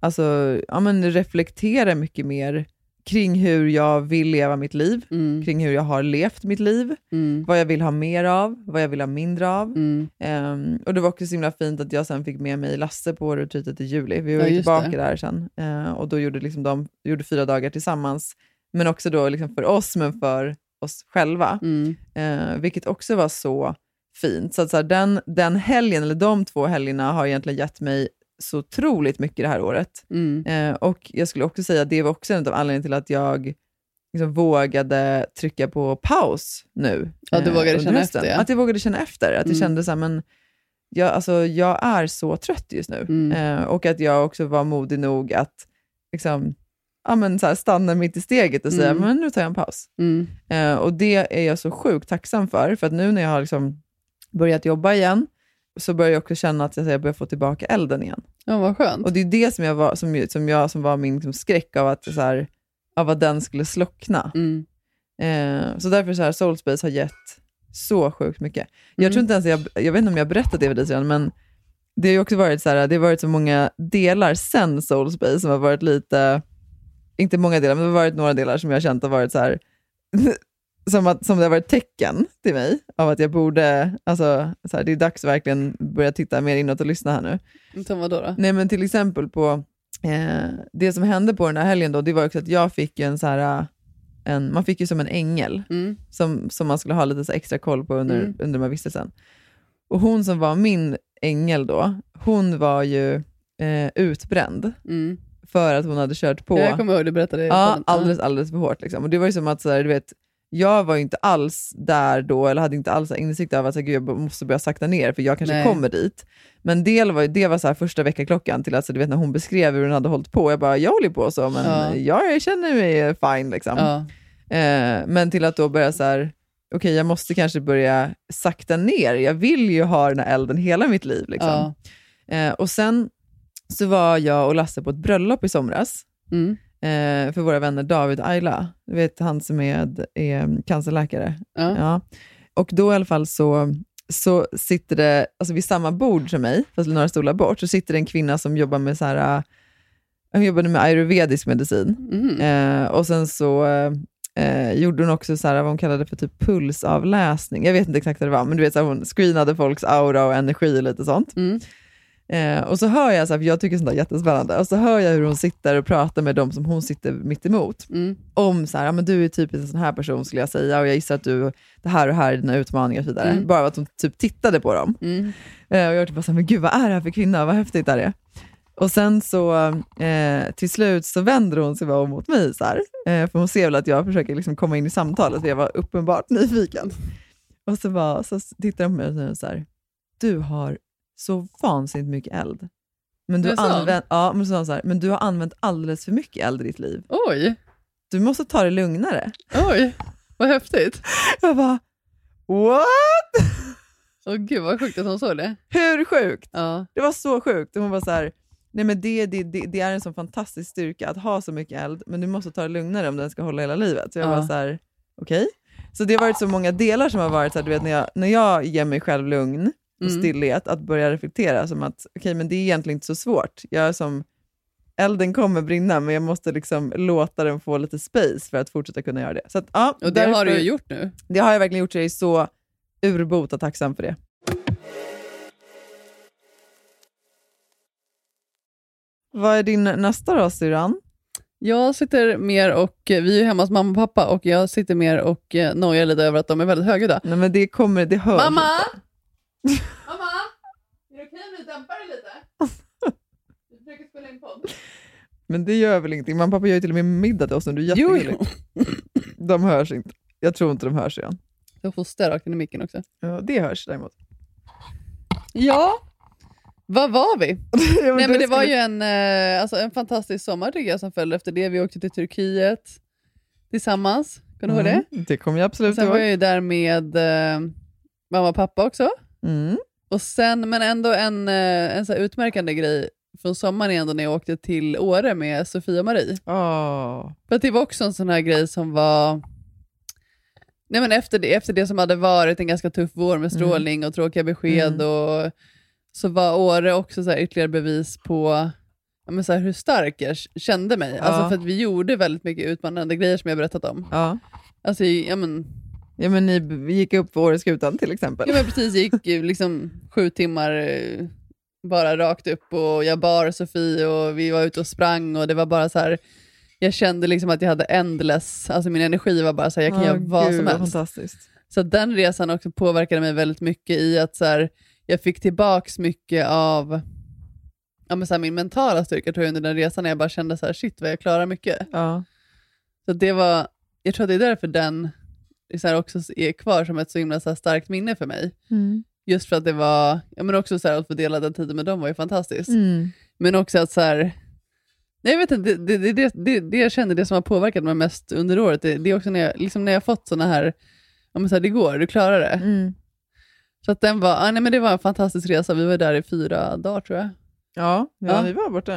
reflektera mycket mer kring hur jag vill leva mitt liv, kring hur jag har levt mitt liv, vad jag vill ha mer av, vad jag vill ha mindre av. Och det var också så himla fint att jag sen fick med mig Lasse på retreatet i juli. Vi var tillbaka där sen, och då gjorde liksom de 4 dagar tillsammans, men också då liksom för oss, men för oss själva, vilket också var så fint. Så att så här, den helgen, eller de 2 helgerna, har egentligen gett mig så otroligt mycket det här året. Och jag skulle också säga att det var också en av anledningarna till att jag liksom vågade trycka på paus nu. Ja, du vågade känna efter. Ja. Att jag vågade känna efter. Att jag kände så här, men jag är så trött just nu. Och att jag också var modig nog att liksom, så här, stanna mitt i steget och säga, men nu tar jag en paus. Och det är jag så sjukt tacksam för att nu när jag har liksom börjat jobba igen, så börjar jag också känna att jag börjar få tillbaka elden igen. Ja, vad skönt. Och det är det som var min liksom skräck av att, så här, av att den skulle slockna. Så därför så här, Soulspace har gett så sjukt mycket. Jag tror inte ens, jag vet inte om jag berättat det för dig sedan, men det har ju också varit så här, det har varit så många delar sen Soulspace som har varit lite, inte många delar, men det har varit några delar som jag har känt har varit så här som det har varit tecken till mig av att jag borde, alltså så här, det är dags att verkligen börja titta mer inåt och lyssna här nu. Som vad då? Nej, men till exempel på det som hände på den här helgen då, det var också att jag fick en så här, man fick ju som en ängel som man skulle ha lite så extra koll på under de här vistelsen. Och hon som var min ängel då, hon var ju utbränd. För att hon hade kört på. Jag kommer ihåg du berättade. Ja, alldeles för hårt. Liksom. Och det var ju som att så här, du vet, jag var ju inte alls där då, eller hade inte alls insikt av att gud, jag måste börja sakta ner för jag kanske kommer dit. Men det var så här första veckaklockan till att, så du vet, när hon beskrev hur hon hade hållit på. Jag bara, jag håller på så, men jag känner mig fine liksom. Men till att då börja så här, okej, jag måste kanske börja sakta ner. Jag vill ju ha den här elden hela mitt liv liksom. Och sen så var jag och Lasse på ett bröllop i somras. För våra vänner David och Ayla. Du vet, han som är cancerläkare. Ja. Och då i alla fall så sitter det, alltså vid samma bord som mig, fast några stolar bort, så sitter det en kvinna som jobbar med så här, hon jobbade med ayurvedisk medicin. Och sen så gjorde hon också så här, vad hon kallade för typ pulsavläsning. Jag vet inte exakt vad det var, men du vet så här, hon screenade folks aura och energi och lite sånt. Och så hör jag, så här, för jag tycker sånt där jättespännande, och så hör jag hur hon sitter och pratar med dem som hon sitter mitt emot. Om så här, ja, men du är typ en sån här person skulle jag säga, och jag gissar att du, det här och här är dina utmaningar och så vidare. Bara att hon typ tittade på dem. Och jag typ bara så här, men gud, vad är det här för kvinna, vad häftigt är det? Och sen så till slut så vänder hon sig bara mot mig så här, för hon ser väl att jag försöker liksom komma in i samtalet, för jag var uppenbart nyfiken. Och så tittar hon på mig och säger så här, du har så vansinnigt mycket eld. Men du men du har använt alldeles för mycket eld i ditt liv. Oj. Du måste ta det lugnare. Oj, vad häftigt. Jag bara, what? Åh gud, vad sjukt att hon såg det. Hur sjukt? Ja. Det var så sjukt. Hon var så här, nej men det är en sån fantastisk styrka att ha så mycket eld, men du måste ta det lugnare om den ska hålla hela livet. Så jag var så här, okej. Så det har varit så många delar som har varit så här, du vet, när jag ger mig själv lugn och stillhet, att börja reflektera som att okej, men det är egentligen inte så svårt. Jag är som, elden kommer brinna, men jag måste liksom låta den få lite space för att fortsätta kunna göra det. Så att, ja, och det har du ju gjort nu. Det har jag verkligen gjort, så jag är så urbota tacksam för det. Vad är din nästa då, syrran? Jag sitter mer och, vi är hemma hos mamma och pappa, och jag sitter mer och nojar lite över att de är väldigt högljudda. Nej, men det hör. Mamma! Mamma! Är det okej om du dämpar dig lite? Vi försöker spela in podd. Men det gör väl ingenting. Mamma och pappa gör ju till och med middag till oss, och du är jättegullig. De hörs inte. Jag tror inte de hörs igen. Jag får stära rakt in i micken också. Ja, det hörs däremot. Ja. Vad var vi? Nej, men det var ju en fantastisk sommar tycker jag som följde efter det. Vi åkte till Turkiet tillsammans. Kan du höra det? Det kommer jag absolut ihåg. Sen var jag ju där med mamma och pappa också. Och sen, men ändå en så här utmärkande grej från sommaren ändå när jag åkte till Åre med Sofia och Marie. För att det var också en sån här grej som var... Nej, men efter det som hade varit en ganska tuff vår med strålning och tråkiga besked och... Så var Åre också så här ytterligare bevis på så här, hur stark jag kände mig. Alltså för att vi gjorde väldigt mycket utmanande grejer som jag berättat om. Alltså, Ja men ni gick upp på Åreskutan till exempel. Ja men precis, gick liksom 7 timmar bara rakt upp, och jag bar Sofie och vi var ute och sprang, och det var bara så här, jag kände liksom att jag hade endless, alltså min energi var bara så här, jag kan göra vad som helst. Fantastiskt. Så den resan också påverkade mig väldigt mycket i att så här, jag fick tillbaks mycket av så här, min mentala styrka tror jag under den resan, när jag bara kände så här, shit vad jag klarar mycket. Så det var, jag tror att det är därför den så här, också är kvar som ett så himla så här, starkt minne för mig. Just för att det var, men också så här, att få dela den tiden med dem var ju fantastiskt. Men också att så här, nej, jag vet inte, det jag känner, det som har påverkat mig mest under året, det är också när jag fått såna här, så här, det går, du klarar det. Så att den var, men det var en fantastisk resa. Vi var där i 4 dagar tror jag. Ja, vi var borta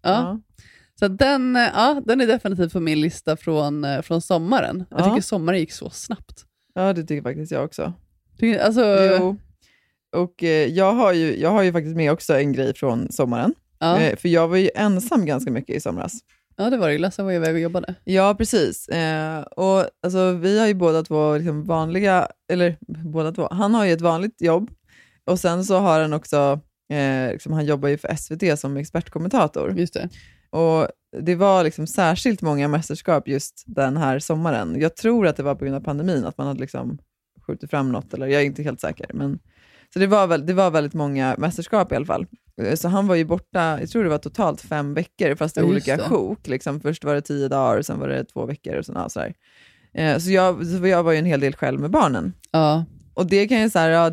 Så den är definitivt på min lista från sommaren. Jag tycker sommaren gick så snabbt. Ja, det tycker faktiskt jag också. Jo. Och jag har ju faktiskt med också en grej från sommaren. För jag var ju ensam ganska mycket i somras. Ja, det var det. Lasse var ju iväg och jobbade. Ja, precis. Och alltså, vi har ju båda två liksom vanliga, eller båda två. Han har ju ett vanligt jobb. Och sen så har han också, liksom, han jobbar ju för SVT som expertkommentator. Just det. Och det var liksom särskilt många mästerskap just den här sommaren. Jag tror att det var på grund av pandemin att man hade liksom skjutit fram något, eller jag är inte helt säker. Men Så det var väldigt många mästerskap i alla fall. Så han var ju borta, jag tror det var totalt 5 veckor, fast i olika sjok. Liksom. Först var det 10 dagar, sen var det 2 veckor och sådär. Så jag var ju en hel del själv med barnen. Ja. Och det kan jag säga,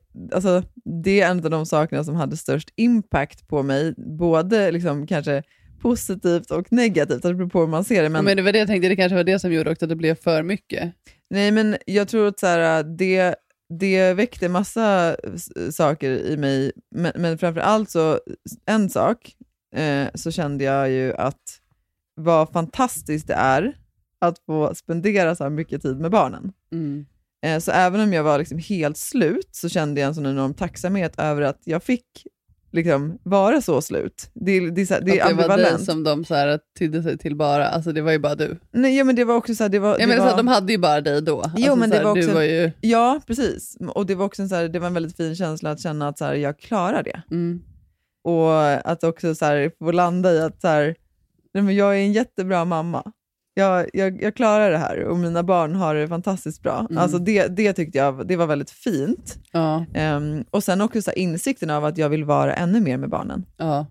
det är en av de sakerna som hade störst impact på mig. Både liksom kanske positivt och negativt. Det beror på hur man ser det. Men det var det jag tänkte, det kanske var det som gjorde också att det blev för mycket. Nej, men jag tror att så här, det väckte massa saker i mig. Men framförallt så, en sak, så kände jag ju att vad fantastiskt det är att få spendera så här mycket tid med barnen. Så även om jag var liksom helt slut så kände jag en sån enorm tacksamhet över att jag fick liksom vara så slut. Det är ambivalent. Det var dig som de så här tydde sig till bara, alltså det var ju bara du. Nej, ja, men det var också så här, de hade ju bara dig då. Jo, alltså, men det här, var också, du var ju... Ja, precis. Och det var också så här, det var en väldigt fin känsla att känna att så här, jag klarar det. Och att också så här, få landa i att så här, nej, men jag är en jättebra mamma. Jag klarar det här och mina barn har det fantastiskt bra. Alltså det tyckte jag, det var väldigt fint. Ja. Och sen också så här, insikten av att jag vill vara ännu mer med barnen. Ja.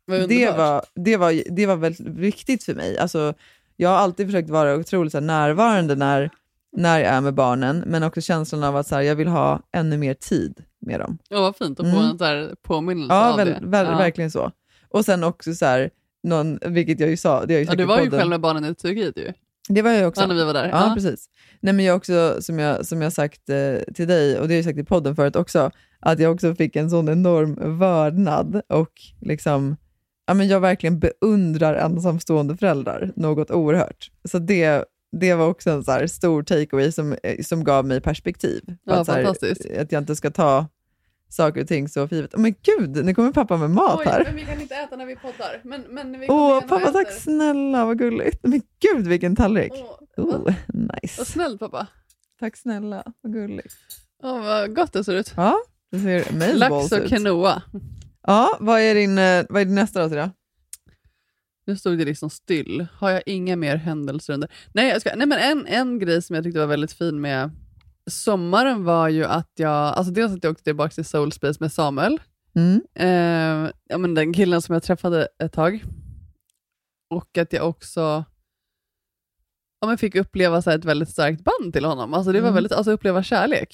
Det var väldigt viktigt för mig. Alltså, jag har alltid försökt vara otroligt så här, närvarande när jag är med barnen, men också känslan av att så här, jag vill ha ännu mer tid med dem. Ja, vad fint att få en så här påminnelse av det. Verkligen så. Och sen också så här, vilket jag ju sa, det har ju sagt du i var podden. ju själv med barnen i Turkiet ju. Det var jag också. När vi var där. Ja, precis. Nej, men jag också, som jag sagt till dig, och det har jag sagt i podden förut också, att jag också fick en sån enorm vördnad och liksom, ja, men jag verkligen beundrar ensamstående föräldrar något oerhört. Så det var också en så här stor takeaway som gav mig perspektiv. Ja, fantastiskt. Att jag inte ska ta saker och ting så för givet. Men gud, nu kommer pappa med mat här. Men vi kan inte äta när vi poddar. Men vi pappa, tack snälla, vad gulligt. Men gud, vilken tallrik. Nice. Vad snällt, pappa. Tack snälla, vad gulligt. Vad gott det ser ut. Ja, det ser amazing lax och quinoa. Ja, vad är din nästa då, Sira? Nu stod det liksom still. Har jag inga mer händelser under? Nej, men en grej som jag tyckte var väldigt fin med sommaren var ju att dels att jag åkte tillbaka till Soul Space med Samuel. Men den killen som jag träffade ett tag. Och att jag också fick uppleva så här, ett väldigt starkt band till honom. Alltså det var väldigt, uppleva kärlek.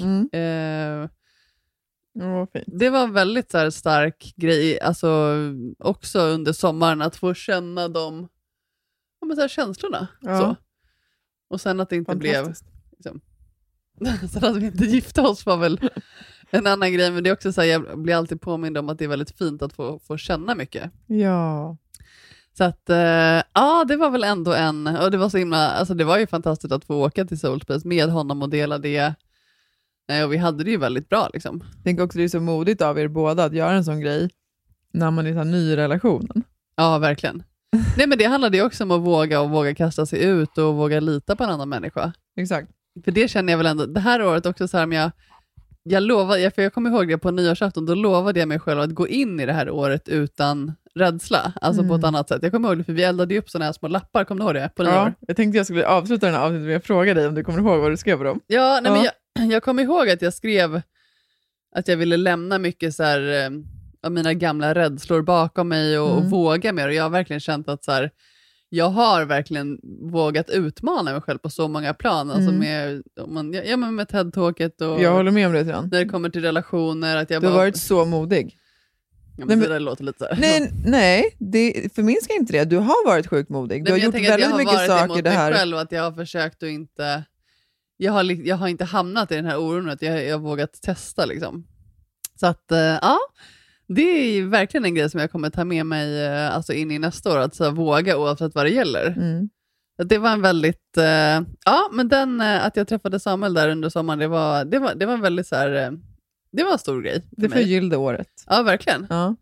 Det var en väldigt så här, stark grej, alltså också under sommaren att få känna de så här, känslorna. Ja. Så. Och sen att det inte blev liksom, sen att vi inte gifte oss var väl en annan grej, men det är också så här, jag blir alltid påmind om att det är väldigt fint att få känna mycket. Ja. Så att, det var väl ändå och det var så himla, alltså det var ju fantastiskt att få åka till Soul Space med honom och dela det. Och vi hade det ju väldigt bra liksom. Jag tänker också det är så modigt av er båda att göra en sån grej när man är en ny relationen. Ja, verkligen. Nej, men det handlade ju också om att våga kasta sig ut och våga lita på en annan människa. Exakt. För det känner jag väl ändå, det här året också så här, men jag lovade, för jag kommer ihåg det på nyårsafton, då lovade jag mig själv att gå in i det här året utan rädsla, alltså på ett annat sätt. Jag kommer ihåg det, för vi eldade ju upp sådana här små lappar, kommer du ihåg det? På nyår. Jag tänkte jag skulle avsluta den här avsnittet med att fråga dig om du kommer ihåg vad du skrev på dem. Ja, nej, men jag kommer ihåg att jag skrev att jag ville lämna mycket så här, av mina gamla rädslor bakom mig och våga mer, och jag har verkligen känt att så här, jag har verkligen vågat utmana mig själv på så många plan, alltså med TED-talket och jag håller med om det redan. när det kommer till relationer, att jag du har varit så modig. Ja, men det där låter lite så här. Nej, förminska inte det. Du har varit sjukt modig. Du har gjort väldigt mycket saker det här. Själv att jag har försökt att inte, jag har inte hamnat i den här oron, att jag har vågat testa liksom. Så att det är verkligen en grej som jag kommer ta med mig alltså in i nästa år, att så våga oavsett vad det gäller. Det var en väldigt men den att jag träffade Samuel där under sommaren, det var en väldigt så här, det var en stor grej. Det förgyllde året. Ja, verkligen. Ja.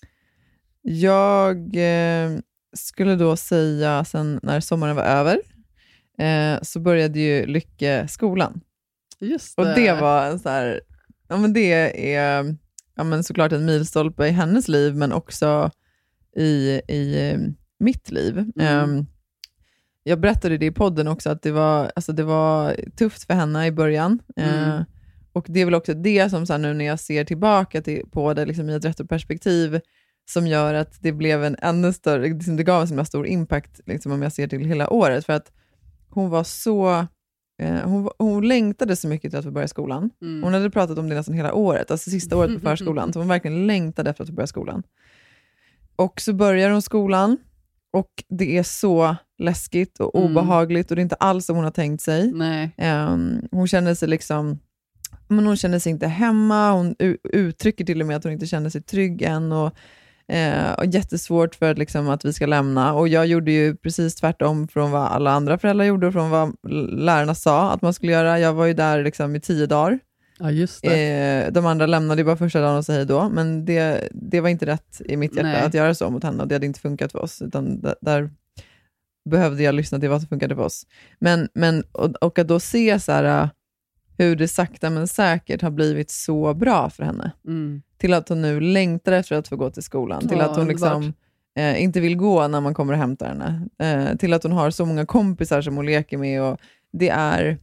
Jag skulle då säga, sen när sommaren var över så började ju Lyckeskolan. Just det. Och det var en så här, det är såklart en milstolpe i hennes liv, men också i mitt liv. Jag berättade det i podden också, att det var tufft för henne i början. Och det är väl också det som så här, nu när jag ser tillbaka på det liksom, i ett retroperspektiv som gör att det blev en ännu större, liksom, det gav en så stor impact liksom, om jag ser till hela året. För att hon var så... Hon längtade så mycket till att få börja skolan. Hon hade pratat om det nästan hela året, alltså sista året på förskolan. Så hon verkligen längtade efter att få börja skolan. Och så börjar hon skolan och det är så läskigt och obehagligt och det är inte alls som hon har tänkt sig. Nej. Hon känner sig liksom, men hon känner sig inte hemma. Hon uttrycker till och med att hon inte känner sig trygg än och jättesvårt för liksom, att vi ska lämna. Och jag gjorde ju precis tvärtom från vad alla andra föräldrar gjorde och från vad lärarna sa att man skulle göra. Jag var ju där liksom, i 10 dagar. Ja, just det. De andra lämnade ju bara första dagen och sa hej då. Men det var inte rätt i mitt hjärta att göra så mot henne. Och det hade inte funkat för oss. Utan där behövde jag lyssna till vad som funkade för oss. Och att då se så här, hur det sakta men säkert har blivit så bra för henne. Till att hon nu längtar efter att få gå till skolan. Till att hon liksom, inte vill gå när man kommer och hämtar henne. Till att hon har så många kompisar som hon leker med. Och det är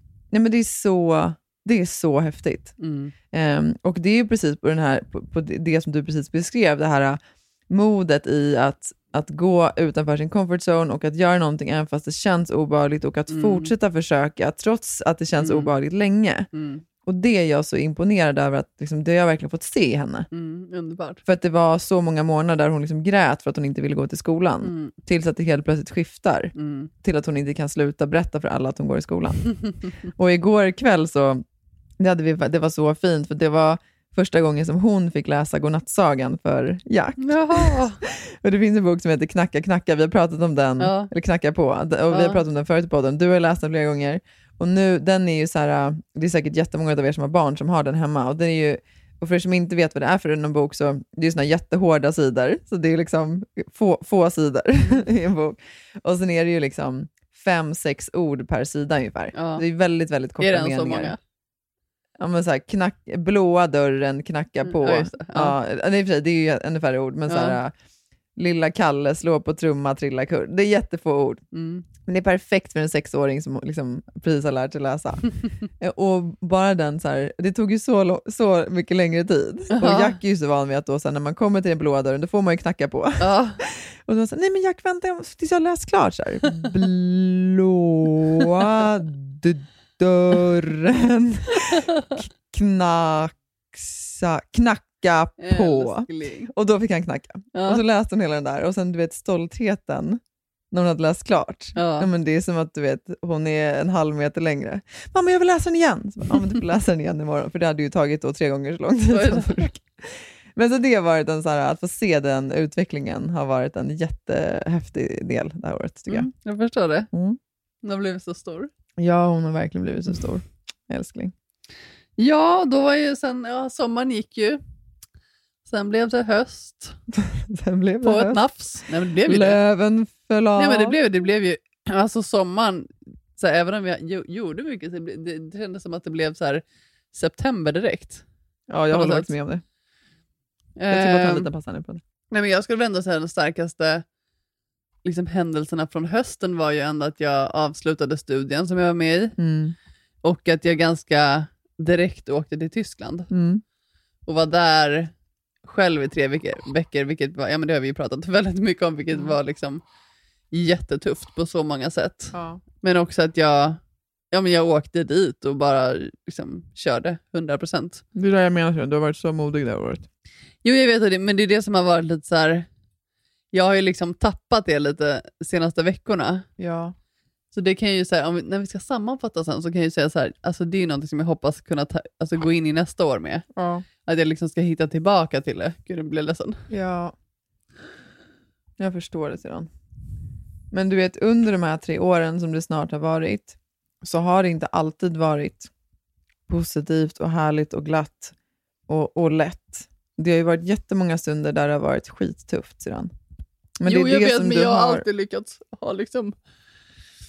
så häftigt. Och det är ju precis på, på det som du precis beskrev. Det här modet i att gå utanför sin comfort zone och att göra någonting även fast det känns obehagligt och att fortsätta försöka trots att det känns obehagligt länge. Och det är jag så imponerad över att liksom, det har jag verkligen fått se i henne. Underbart. För att det var så många månader där hon liksom grät för att hon inte ville gå till skolan. Tills att det helt plötsligt skiftar. Till att hon inte kan sluta berätta för alla att hon går i skolan. Och igår kväll så det var så fint för det var första gången som hon fick läsa godnattsagan för Jack. Jaha. Och det finns en bok som heter Knacka, knacka. Vi har pratat om den, eller Knacka på. Och vi har pratat om den förut på podden. Du har läst den flera gånger. Och nu, den är ju så här, det är säkert jättemånga av er som har barn som har den hemma. Och den är ju, och för er som inte vet vad det är för en bok så det är ju såna jättehårda sidor. Så det är liksom få sidor i en bok. Och sen är det ju liksom 5-6 ord per sida ungefär. Ja. Det är väldigt, väldigt korta meningar. Är den så många? Ja, men så här, blåa dörren, knacka på. Det är ju ännu färre ord. Men så här, lilla Kalle, slå på trumma, trilla kurr. Det är jättefå ord. Men det är perfekt för en 6-åring som liksom precis har lärt sig läsa. Och bara den så här, det tog ju så mycket längre tid. Och Jack är ju så van vid att då, så här, när man kommer till den blåa dörren, då får man ju knacka på. Och då sa nej men Jack, vänta tills jag har läst klart. Så här. Blåa dörren, knacka på. Älskling. Och då fick han knacka. Och så läste hon hela den där. Och sen du vet stoltheten när hon hade läst klart. Ja, men det är som att du vet hon är en halv meter längre. Mamma, jag vill läsa den igen. Så, men du får läsa den igen imorgon. För det hade ju tagit då 3 gånger så lång tid. Men så det har varit en så här, att få se den utvecklingen har varit en jättehäftig del det här året tycker jag. Jag förstår det. Hon har blivit så stor. Ja, hon har verkligen blivit så stor. Älskling. Ja, då var ju sen, sommaren gick ju. Sen blev det höst. Sen blev det på höst. Ett nafs. Nej, men det blev ju Löven föll av. Nej, men det blev ju, alltså sommaren, så här, även om vi gjorde mycket, så det kändes som att det blev så här september direkt. Ja, jag håller också med om det. Jag tror att han lite passande på det. Nej, men jag skulle ändå säga den starkaste liksom, händelserna från hösten var ju ändå att jag avslutade studien som jag var med i. Och att jag ganska direkt åkte till Tyskland. Och var där själv i 3 veckor, vilket var, ja men det har vi ju pratat väldigt mycket om, vilket var liksom jättetufft på så många sätt. Ja. Men också att jag åkte dit och bara liksom körde 100%. Det är det jag menar, du har varit så modig det här året. Jo, jag vet det, men det är det som har varit lite så här. Jag har ju liksom tappat det lite senaste veckorna. Ja. Så det kan ju säga, när vi ska sammanfatta sen så kan jag ju säga så här, alltså det är något som jag hoppas kunna gå in i nästa år med. Ja. Att jag liksom ska hitta tillbaka till det. Gud, det blir ledsen. Ja. Jag förstår det sedan. Men du vet, under de här 3 åren som det snart har varit så har det inte alltid varit positivt och härligt och glatt och lätt. Det har ju varit jättemånga stunder där det har varit skittufft sedan. Men jo, det är jag det vet, som men du jag har har alltid lyckats ha liksom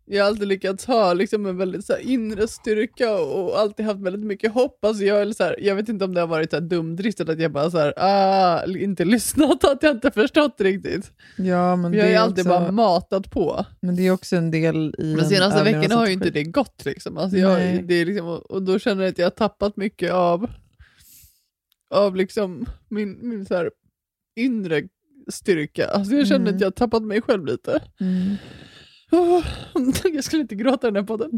Jag har alltid lyckats ha liksom en väldigt så här, inre styrka och alltid haft väldigt mycket hopp. Alltså jag vet inte om det har varit så här dumdristigt att jag bara så här, inte lyssnat, att jag inte förstått riktigt. Ja, men jag det har är alltid också, bara matat på. Men det är också en del i de senaste veckorna har ju inte det gått liksom. Alltså det är liksom, och då känner jag att jag har tappat mycket av liksom min så här inre styrka. Alltså jag känner att jag har tappat mig själv lite. Jag skulle inte gråta den här podden.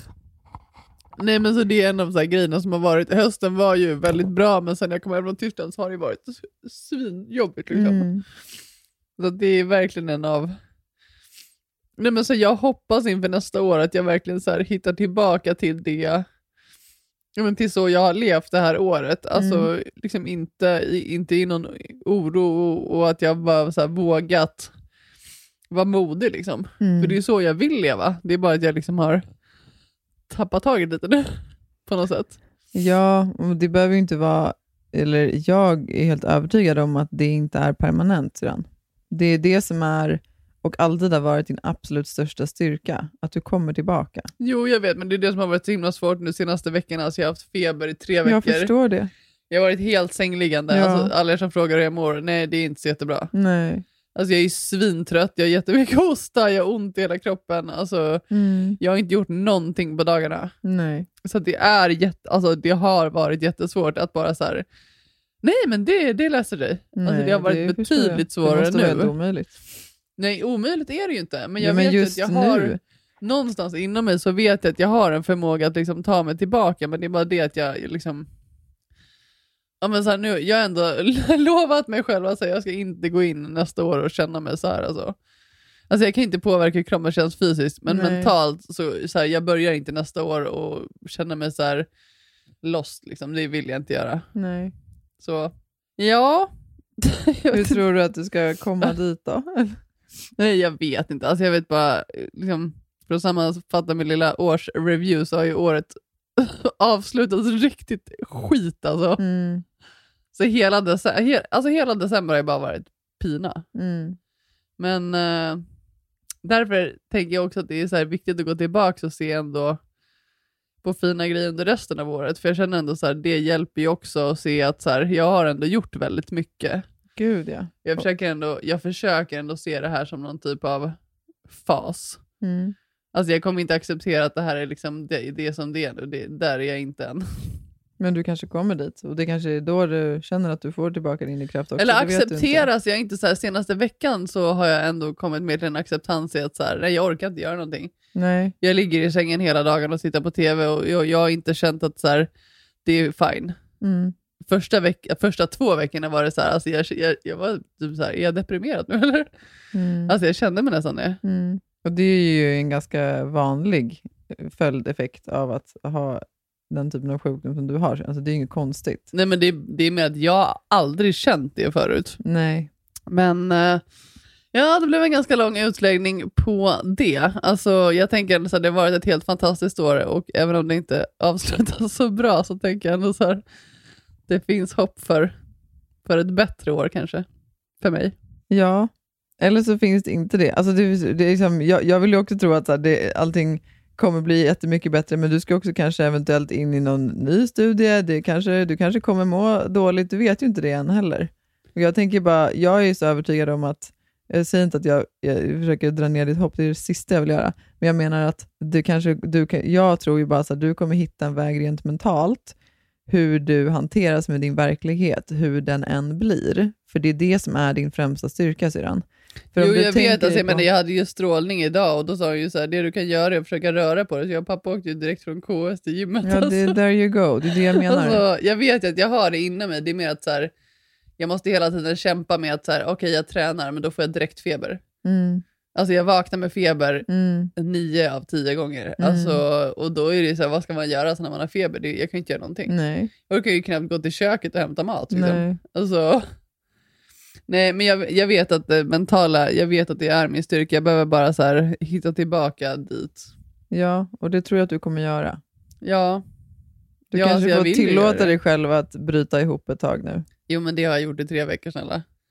Nej, men så det är en av så här grejerna som har varit. Hösten var ju väldigt bra, men sen jag kom hem från Tyskland så har det varit svinjobbigt liksom. Så det är verkligen en av... Nej, men så jag hoppas inför nästa år att jag verkligen så här hittar tillbaka till det. Ja, men till så jag har levt det här året. Alltså liksom inte i någon oro och att jag bara så här vågat vara modig liksom. För det är så jag vill leva. Det är bara att jag liksom har tappat taget lite nu på något sätt. Ja, och det behöver ju inte vara, eller jag är helt övertygad om att det inte är permanent redan. Det är det som är och alltid har varit din absolut största styrka, att du kommer tillbaka. Jo, jag vet, men det är det som har varit så himla svårt nu senaste veckorna. Alltså jag har haft feber i 3 veckor. Jag förstår det. Jag har varit helt sängliggande. Ja. Alltså, alla er som frågar hur jag mår, nej, det är inte så jättebra. Nej. Alltså jag är svintrött, jag har jättemycket hosta, jag har ont i hela kroppen. Alltså, jag har inte gjort någonting på dagarna. Nej. Så det är alltså det har varit jättesvårt att bara så här, nej, men det läser dig. Nej, alltså det har varit betydligt svårare nu. Det måste vara omöjligt. Nej, omöjligt är det ju inte. Men jag vet att jag har någonstans inom mig så vet jag att jag har en förmåga att liksom ta mig tillbaka. Men det är bara det att jag liksom... Ja, men så här, nu, jag har ändå lovat mig själv att jag ska inte gå in nästa år och känna mig så här. Alltså jag kan inte påverka hur kroppen känns fysiskt. Men mentalt så här, jag börjar inte nästa år och känna mig så här lost. Liksom. Det vill jag inte göra. Nej. Så, ja. Hur tror du att du ska komma dit då? Nej, jag vet inte. Alltså jag vet bara, liksom, för att sammanfatta min lilla årsreview så har ju året avslutats riktigt skit alltså. Så hela december har ju bara varit pina. Men därför tänker jag också att det är så här viktigt att gå tillbaka och se ändå på fina grejer under resten av året. För jag känner ändå så här, det hjälper ju också att se att så här, jag har ändå gjort väldigt mycket. Gud, ja. Jag försöker ändå se det här som någon typ av fas. Alltså jag kommer inte acceptera att det här är liksom det som det är nu. Där är jag inte än. Men du kanske kommer dit. Och det kanske är då du känner att du får tillbaka din kraft också. Eller accepteras. Jag inte så här, senaste veckan så har jag ändå kommit med till en acceptans i att så här, nej, jag orkar inte göra någonting. Nej. Jag ligger i sängen hela dagen och tittar på tv. Och jag har inte känt att så här, det är fine. Första 2 veckorna var det så här, alltså jag var typ så här, är jag deprimerad nu eller? Alltså jag kände mig nästan det. Och det är ju en ganska vanlig följdeffekt av att ha den typen av sjukdom som du har. Alltså det är inget konstigt. Nej, men det är med att jag aldrig känt det förut. Nej. Men ja, det blev en ganska lång utläggning på det. Alltså jag tänker att det har varit ett helt fantastiskt år och även om det inte avslutas så bra så tänker jag ändå så här, det finns hopp för ett bättre år kanske. För mig. Ja. Eller så finns det inte det. Alltså det är liksom, jag vill ju också tro att så här, allting kommer bli jättemycket bättre. Men du ska också kanske eventuellt in i någon ny studie. Du kanske kommer må dåligt. Du vet ju inte det än heller. Och jag tänker bara, jag är så övertygad om att, jag säger inte att jag försöker dra ner ditt hopp. Det är det sista jag vill göra. Men jag menar att jag tror ju bara så att du kommer hitta en väg rent mentalt. Hur du hanteras med din verklighet, hur den än blir. För det är det som är din främsta styrka sedan. För jag vet, alltså, men jag hade ju strålning idag och då sa jag ju så här, det du kan göra är att försöka röra på det. Så jag och pappa åkte ju direkt från KS till gymmet. Ja, there you go. Det är det jag menar. Alltså, jag vet ju att jag har det inom mig. Det är mer att så här, jag måste hela tiden kämpa med att så här, okej, jag tränar, men då får jag direkt feber. Alltså jag vaknar med feber 9 av 10 gånger. Alltså, och då är det så här, vad ska man göra så när man har feber? Jag kan inte göra någonting. Nej. Jag kan ju knappt gå till köket och hämta mat. Liksom. Nej. Alltså, nej, men jag vet att det mentala, jag vet att det är min styrka. Jag behöver bara så här hitta tillbaka dit. Ja, och det tror jag att du kommer göra. Ja. Du kanske får tillåta dig själv att bryta ihop ett tag nu. Jo, men det har jag gjort i 3 veckor snälla.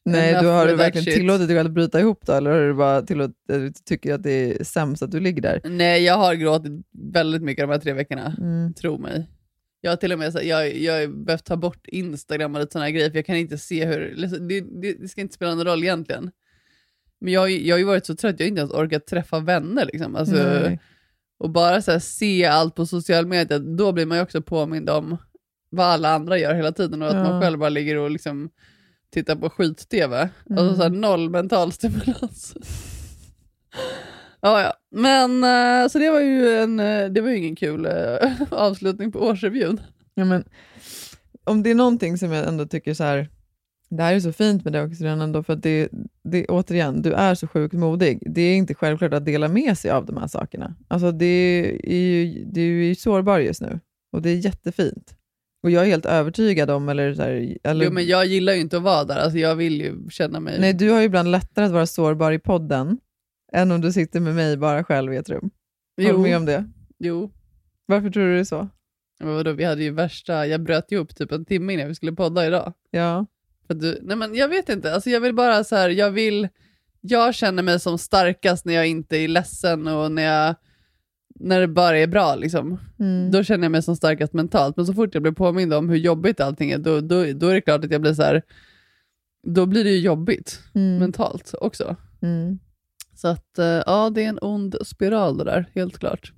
Nej, har du verkligen tillåtit dig att bryta ihop då? Eller har du bara tycker att det är sämst att du ligger där? Nej, jag har gråtit väldigt mycket de här 3 veckorna. Tro mig. Jag har till och med jag behövt ta bort Instagram och lite sådana grejer, för jag kan inte se hur... Det ska inte spela någon roll egentligen. Men jag har ju varit så trött, jag har inte ens orkat träffa vänner liksom. Alltså, och bara så här, se allt på social media, då blir man ju också påmind om vad alla andra gör hela tiden, och att man själv bara ligger och liksom tittar på skit-tv. Alltså så här, noll mental stimulans. Ja. Men så det var ju ingen kul avslutning på årsrevyn. Ja, men om det är någonting som jag ändå tycker så här, det här är så fint med det också ändå, för att det återigen, du är så sjukt modig. Det är inte självklart att dela med sig av de här sakerna. Alltså du är ju sårbar just nu, och det är jättefint. Och jag är helt övertygad om, eller... Jo, men jag gillar ju inte att vara där. Alltså jag vill ju känna mig... Nej, du har ju ibland lättare att vara sårbar i podden än om du sitter med mig bara själv i ett rum. Håller du med om det? Jo. Varför tror du det är så? Men vadå, vi hade ju jag bröt ju upp typ en timme innan vi skulle podda idag. Ja. Nej, men jag vet inte. Alltså jag vill bara så här, jag känner mig som starkast när jag inte är ledsen och när det bara är bra liksom. Då känner jag mig som starkast mentalt. Men så fort jag blir påmind om hur jobbigt allting är, då är det klart att jag blir så här, då blir det ju jobbigt mentalt också. Så att ja, det är en ond spiral det där, helt klart.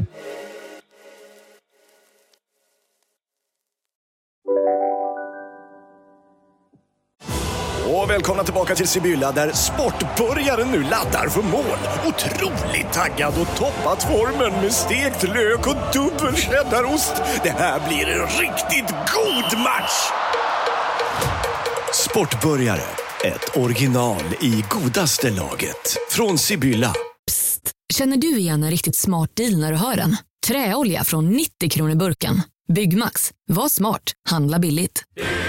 Och välkomna tillbaka till Sibylla, där sportbörjaren nu laddar för mål. Otroligt taggad och toppat formen med stekt lök och dubbel cheddarost. Det här blir en riktigt god match! Sportbörjare, ett original i godaste laget. Från Sibylla. Psst, känner du igen en riktigt smart deal när du hör den? Träolja från 90 kronor burken. Byggmax, var smart, handla billigt.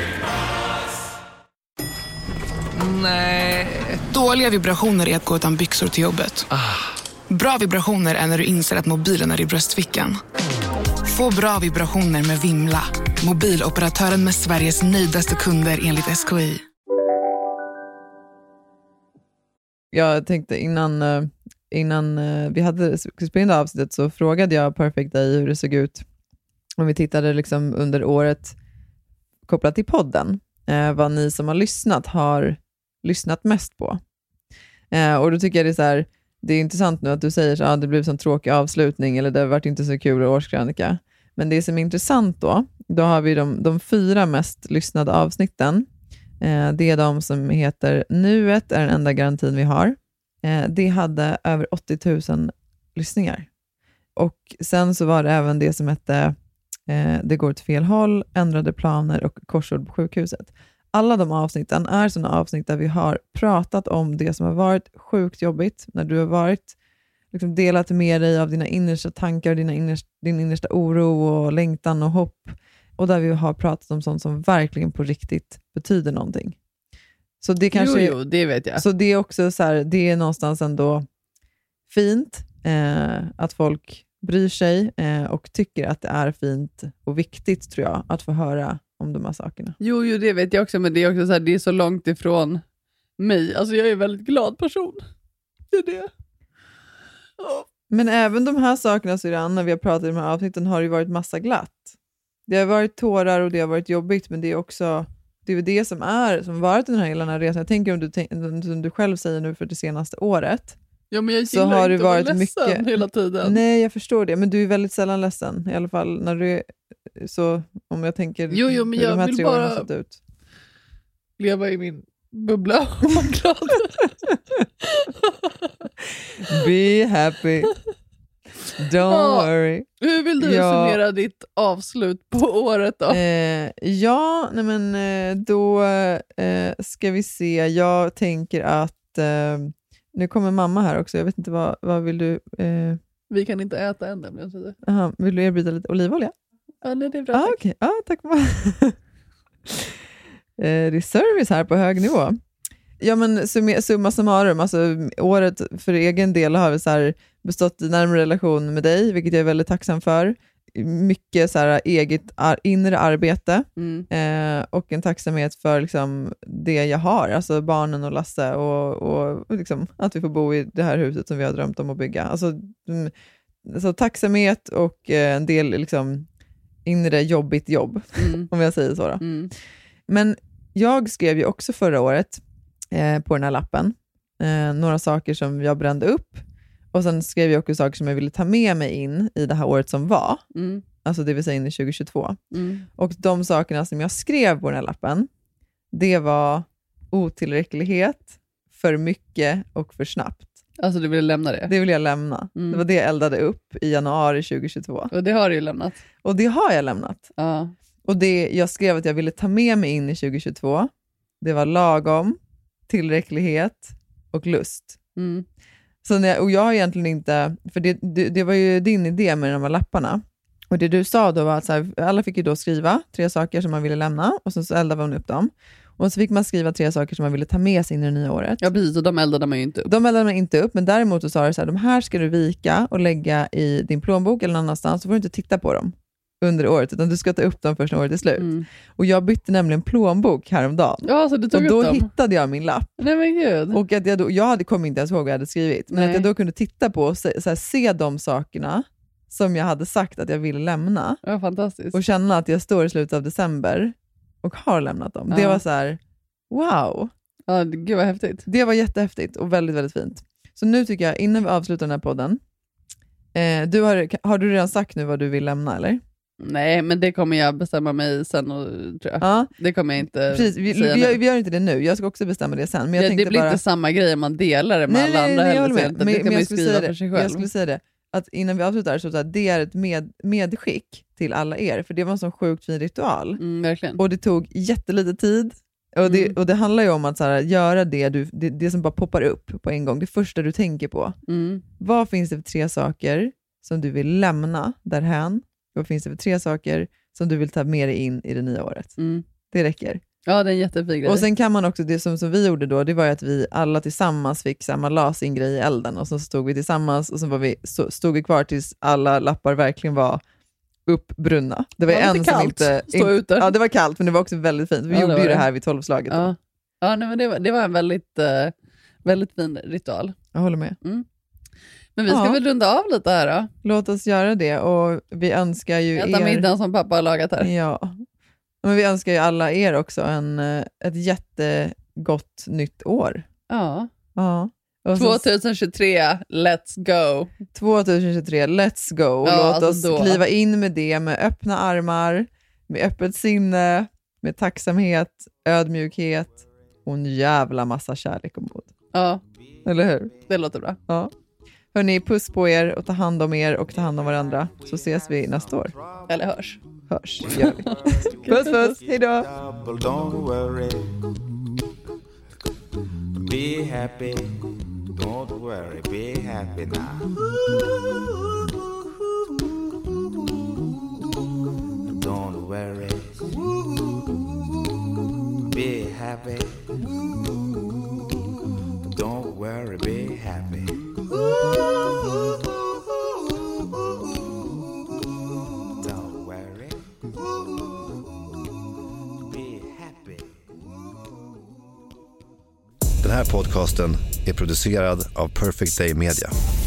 Nej. Dåliga vibrationer är att gå utan byxor till jobbet. Bra vibrationer är när du inser att mobilen är i bröstfickan. Få bra vibrationer med Vimla. Mobiloperatören med Sveriges nöjdaste kunder enligt SKI. Jag tänkte innan vi hade spelat in avsnittet, så frågade jag Perfect Day hur det såg ut om vi tittade liksom under året kopplat till podden. Vad ni som har lyssnat mest på. Och då tycker jag det är så här, det är intressant nu att du säger att det blev en tråkig avslutning, eller det har varit inte så kul årskrönika. Men det som är intressant då har vi de 4 mest lyssnade avsnitten. Det är de som heter Nuet är den enda garantin vi har. Det hade över 80 000 lyssningar. Och sen så var det även det som hette Det går åt fel håll, ändrade planer och korsord på sjukhuset. Alla de avsnitten är sådana avsnitt där vi har pratat om det som har varit sjukt jobbigt. När du har varit liksom delat med dig av dina innersta tankar, din innersta oro och längtan och hopp. Och där vi har pratat om sånt som verkligen på riktigt betyder någonting. Så det kanske, jo, det vet jag. Så det är också så här, det är någonstans ändå fint att folk bryr sig och tycker att det är fint och viktigt, tror jag, att få höra om de här sakerna. Jo, det vet jag också, men det är också så här, det är så långt ifrån mig. Alltså jag är en väldigt glad person. Det är det. Oh. Men även de här sakerna, så när vi har pratat i de här avsnitten, har det ju varit massa glatt. Det har varit tårar och det har varit jobbigt, men det är också det som varit den här resan. Jag tänker om du själv säger nu för det senaste året. Ja, men jag så har det varit mycket hela tiden. Nej, jag förstår det, men du är väldigt sällan ledsen i alla fall när du så, om jag tänker men hur jag de här vill 3 åren bara har sett ut. Leva i min bubbla och vara glad. Be happy. Don't worry. Hur vill du summera ditt avslut på året då? Då ska vi se. Jag tänker att nu kommer mamma här också. Jag vet inte, vad vill du? Vi kan inte äta än nämligen. Vill du erbjuda lite olivolja? Ja, nej, det är bra. Tack. Okay. Tack. Det är service här på hög nivå. Ja, men summa summarum, alltså året för egen del har vi så här bestått i närmare relation med dig, vilket jag är väldigt tacksam för. mycket så här eget inre arbete och en tacksamhet för liksom det jag har, alltså barnen och Lasse och liksom att vi får bo i det här huset som vi har drömt om att bygga. Alltså så tacksamhet och en del liksom inre jobbigt jobb, om jag säger så då. Men jag skrev ju också förra året på den här lappen några saker som jag brände upp. Och sen skrev jag också saker som jag ville ta med mig in i det här året som var. Alltså det vill säga in i 2022. Och de sakerna som jag skrev på den här lappen, det var otillräcklighet, för mycket och för snabbt. Alltså du ville lämna det? Det vill jag lämna. Det var det jag eldade upp i januari 2022. Och det har du ju lämnat. Och det har jag lämnat. Ja. Och det jag skrev att jag ville ta med mig in i 2022, det var lagom, tillräcklighet och lust. Så och jag har egentligen inte, för det var ju din idé med de här lapparna. Och det du sa då var att så här, alla fick ju då skriva 3 saker som man ville lämna och så eldade man upp dem. Och så fick man skriva 3 saker som man ville ta med sig in i det nya året. Ja precis, och de eldade man ju inte upp. De eldade man inte upp, men däremot så sa det så här, de här ska du vika och lägga i din plånbok eller någon annanstans, så får du inte titta på dem under året, utan du ska ta upp dem först när året är slut. Och jag bytte nämligen plånbok häromdagen. Ja, så du tog och då upp dem. Hittade jag min lapp. Nej men gud. Och att jag kom inte ens ihåg vad jag hade skrivit, men att jag då kunde titta på och se de sakerna som jag hade sagt att jag ville lämna. Ja, fantastiskt. Och känna att jag står i slutet av december och har lämnat dem. Det var så här, wow. Ja, gud vad häftigt. Det var jättehäftigt och väldigt, väldigt fint. Så nu tycker jag, innan vi avslutar den här podden, har du redan sagt nu vad du vill lämna, eller? Nej, men det kommer jag bestämma mig sen, tror jag. Ja. Det kommer jag inte Precis, vi gör inte det nu. Jag ska också bestämma det sen. Men jag tänkte det blir bara... inte samma grej om man delar det med alla andra. Nej, jag håller med. Det kan man ju skriva för sig själv. Jag skulle säga det. Att innan vi avslutar så att det är ett medskick till alla er. För det var en sån sjukt fin ritual. Verkligen. Och det tog jättelite tid. Och det handlar ju om att så här, göra det som bara poppar upp på en gång. Det första du tänker på. Vad finns det för 3 saker som du vill lämna därhän? Vad finns det för 3 saker som du vill ta med dig in i det nya året? Det räcker. Ja, det är en jättefin grej. Och sen kan man också, det som vi gjorde då, det var ju att vi alla tillsammans fick man la sin grej i elden och så stod vi tillsammans och så stod vi kvar tills alla lappar verkligen var uppbrunna. Det var en som inte stå ute. Ja, det var kallt, men det var också väldigt fint. Vi gjorde ju det här vid 12-slaget. Ja, nej, men det var en väldigt, väldigt fin ritual. Jag håller med. Men vi ska väl runda av lite här då? Låt oss göra det, och vi önskar ju äta middagen som pappa har lagat här. Ja. Men vi önskar ju alla er också ett jättegott nytt år. Ja. 2023, let's go. 2023, let's go. Låt oss kliva in med det med öppna armar, med öppet sinne, med tacksamhet, ödmjukhet och en jävla massa kärlek och mod. Ja. Eller hur? Det låter bra. Ja. Hörrni, puss på er och ta hand om er och ta hand om varandra. Så ses vi nästa år. Eller hörs. Gör vi. Puss, hej då. Don't worry. Be happy. Don't worry, be happy now. Don't worry. Be happy. Don't worry, be happy. Don't worry. Be happy. Den här podcasten är producerad av Perfect Day Media.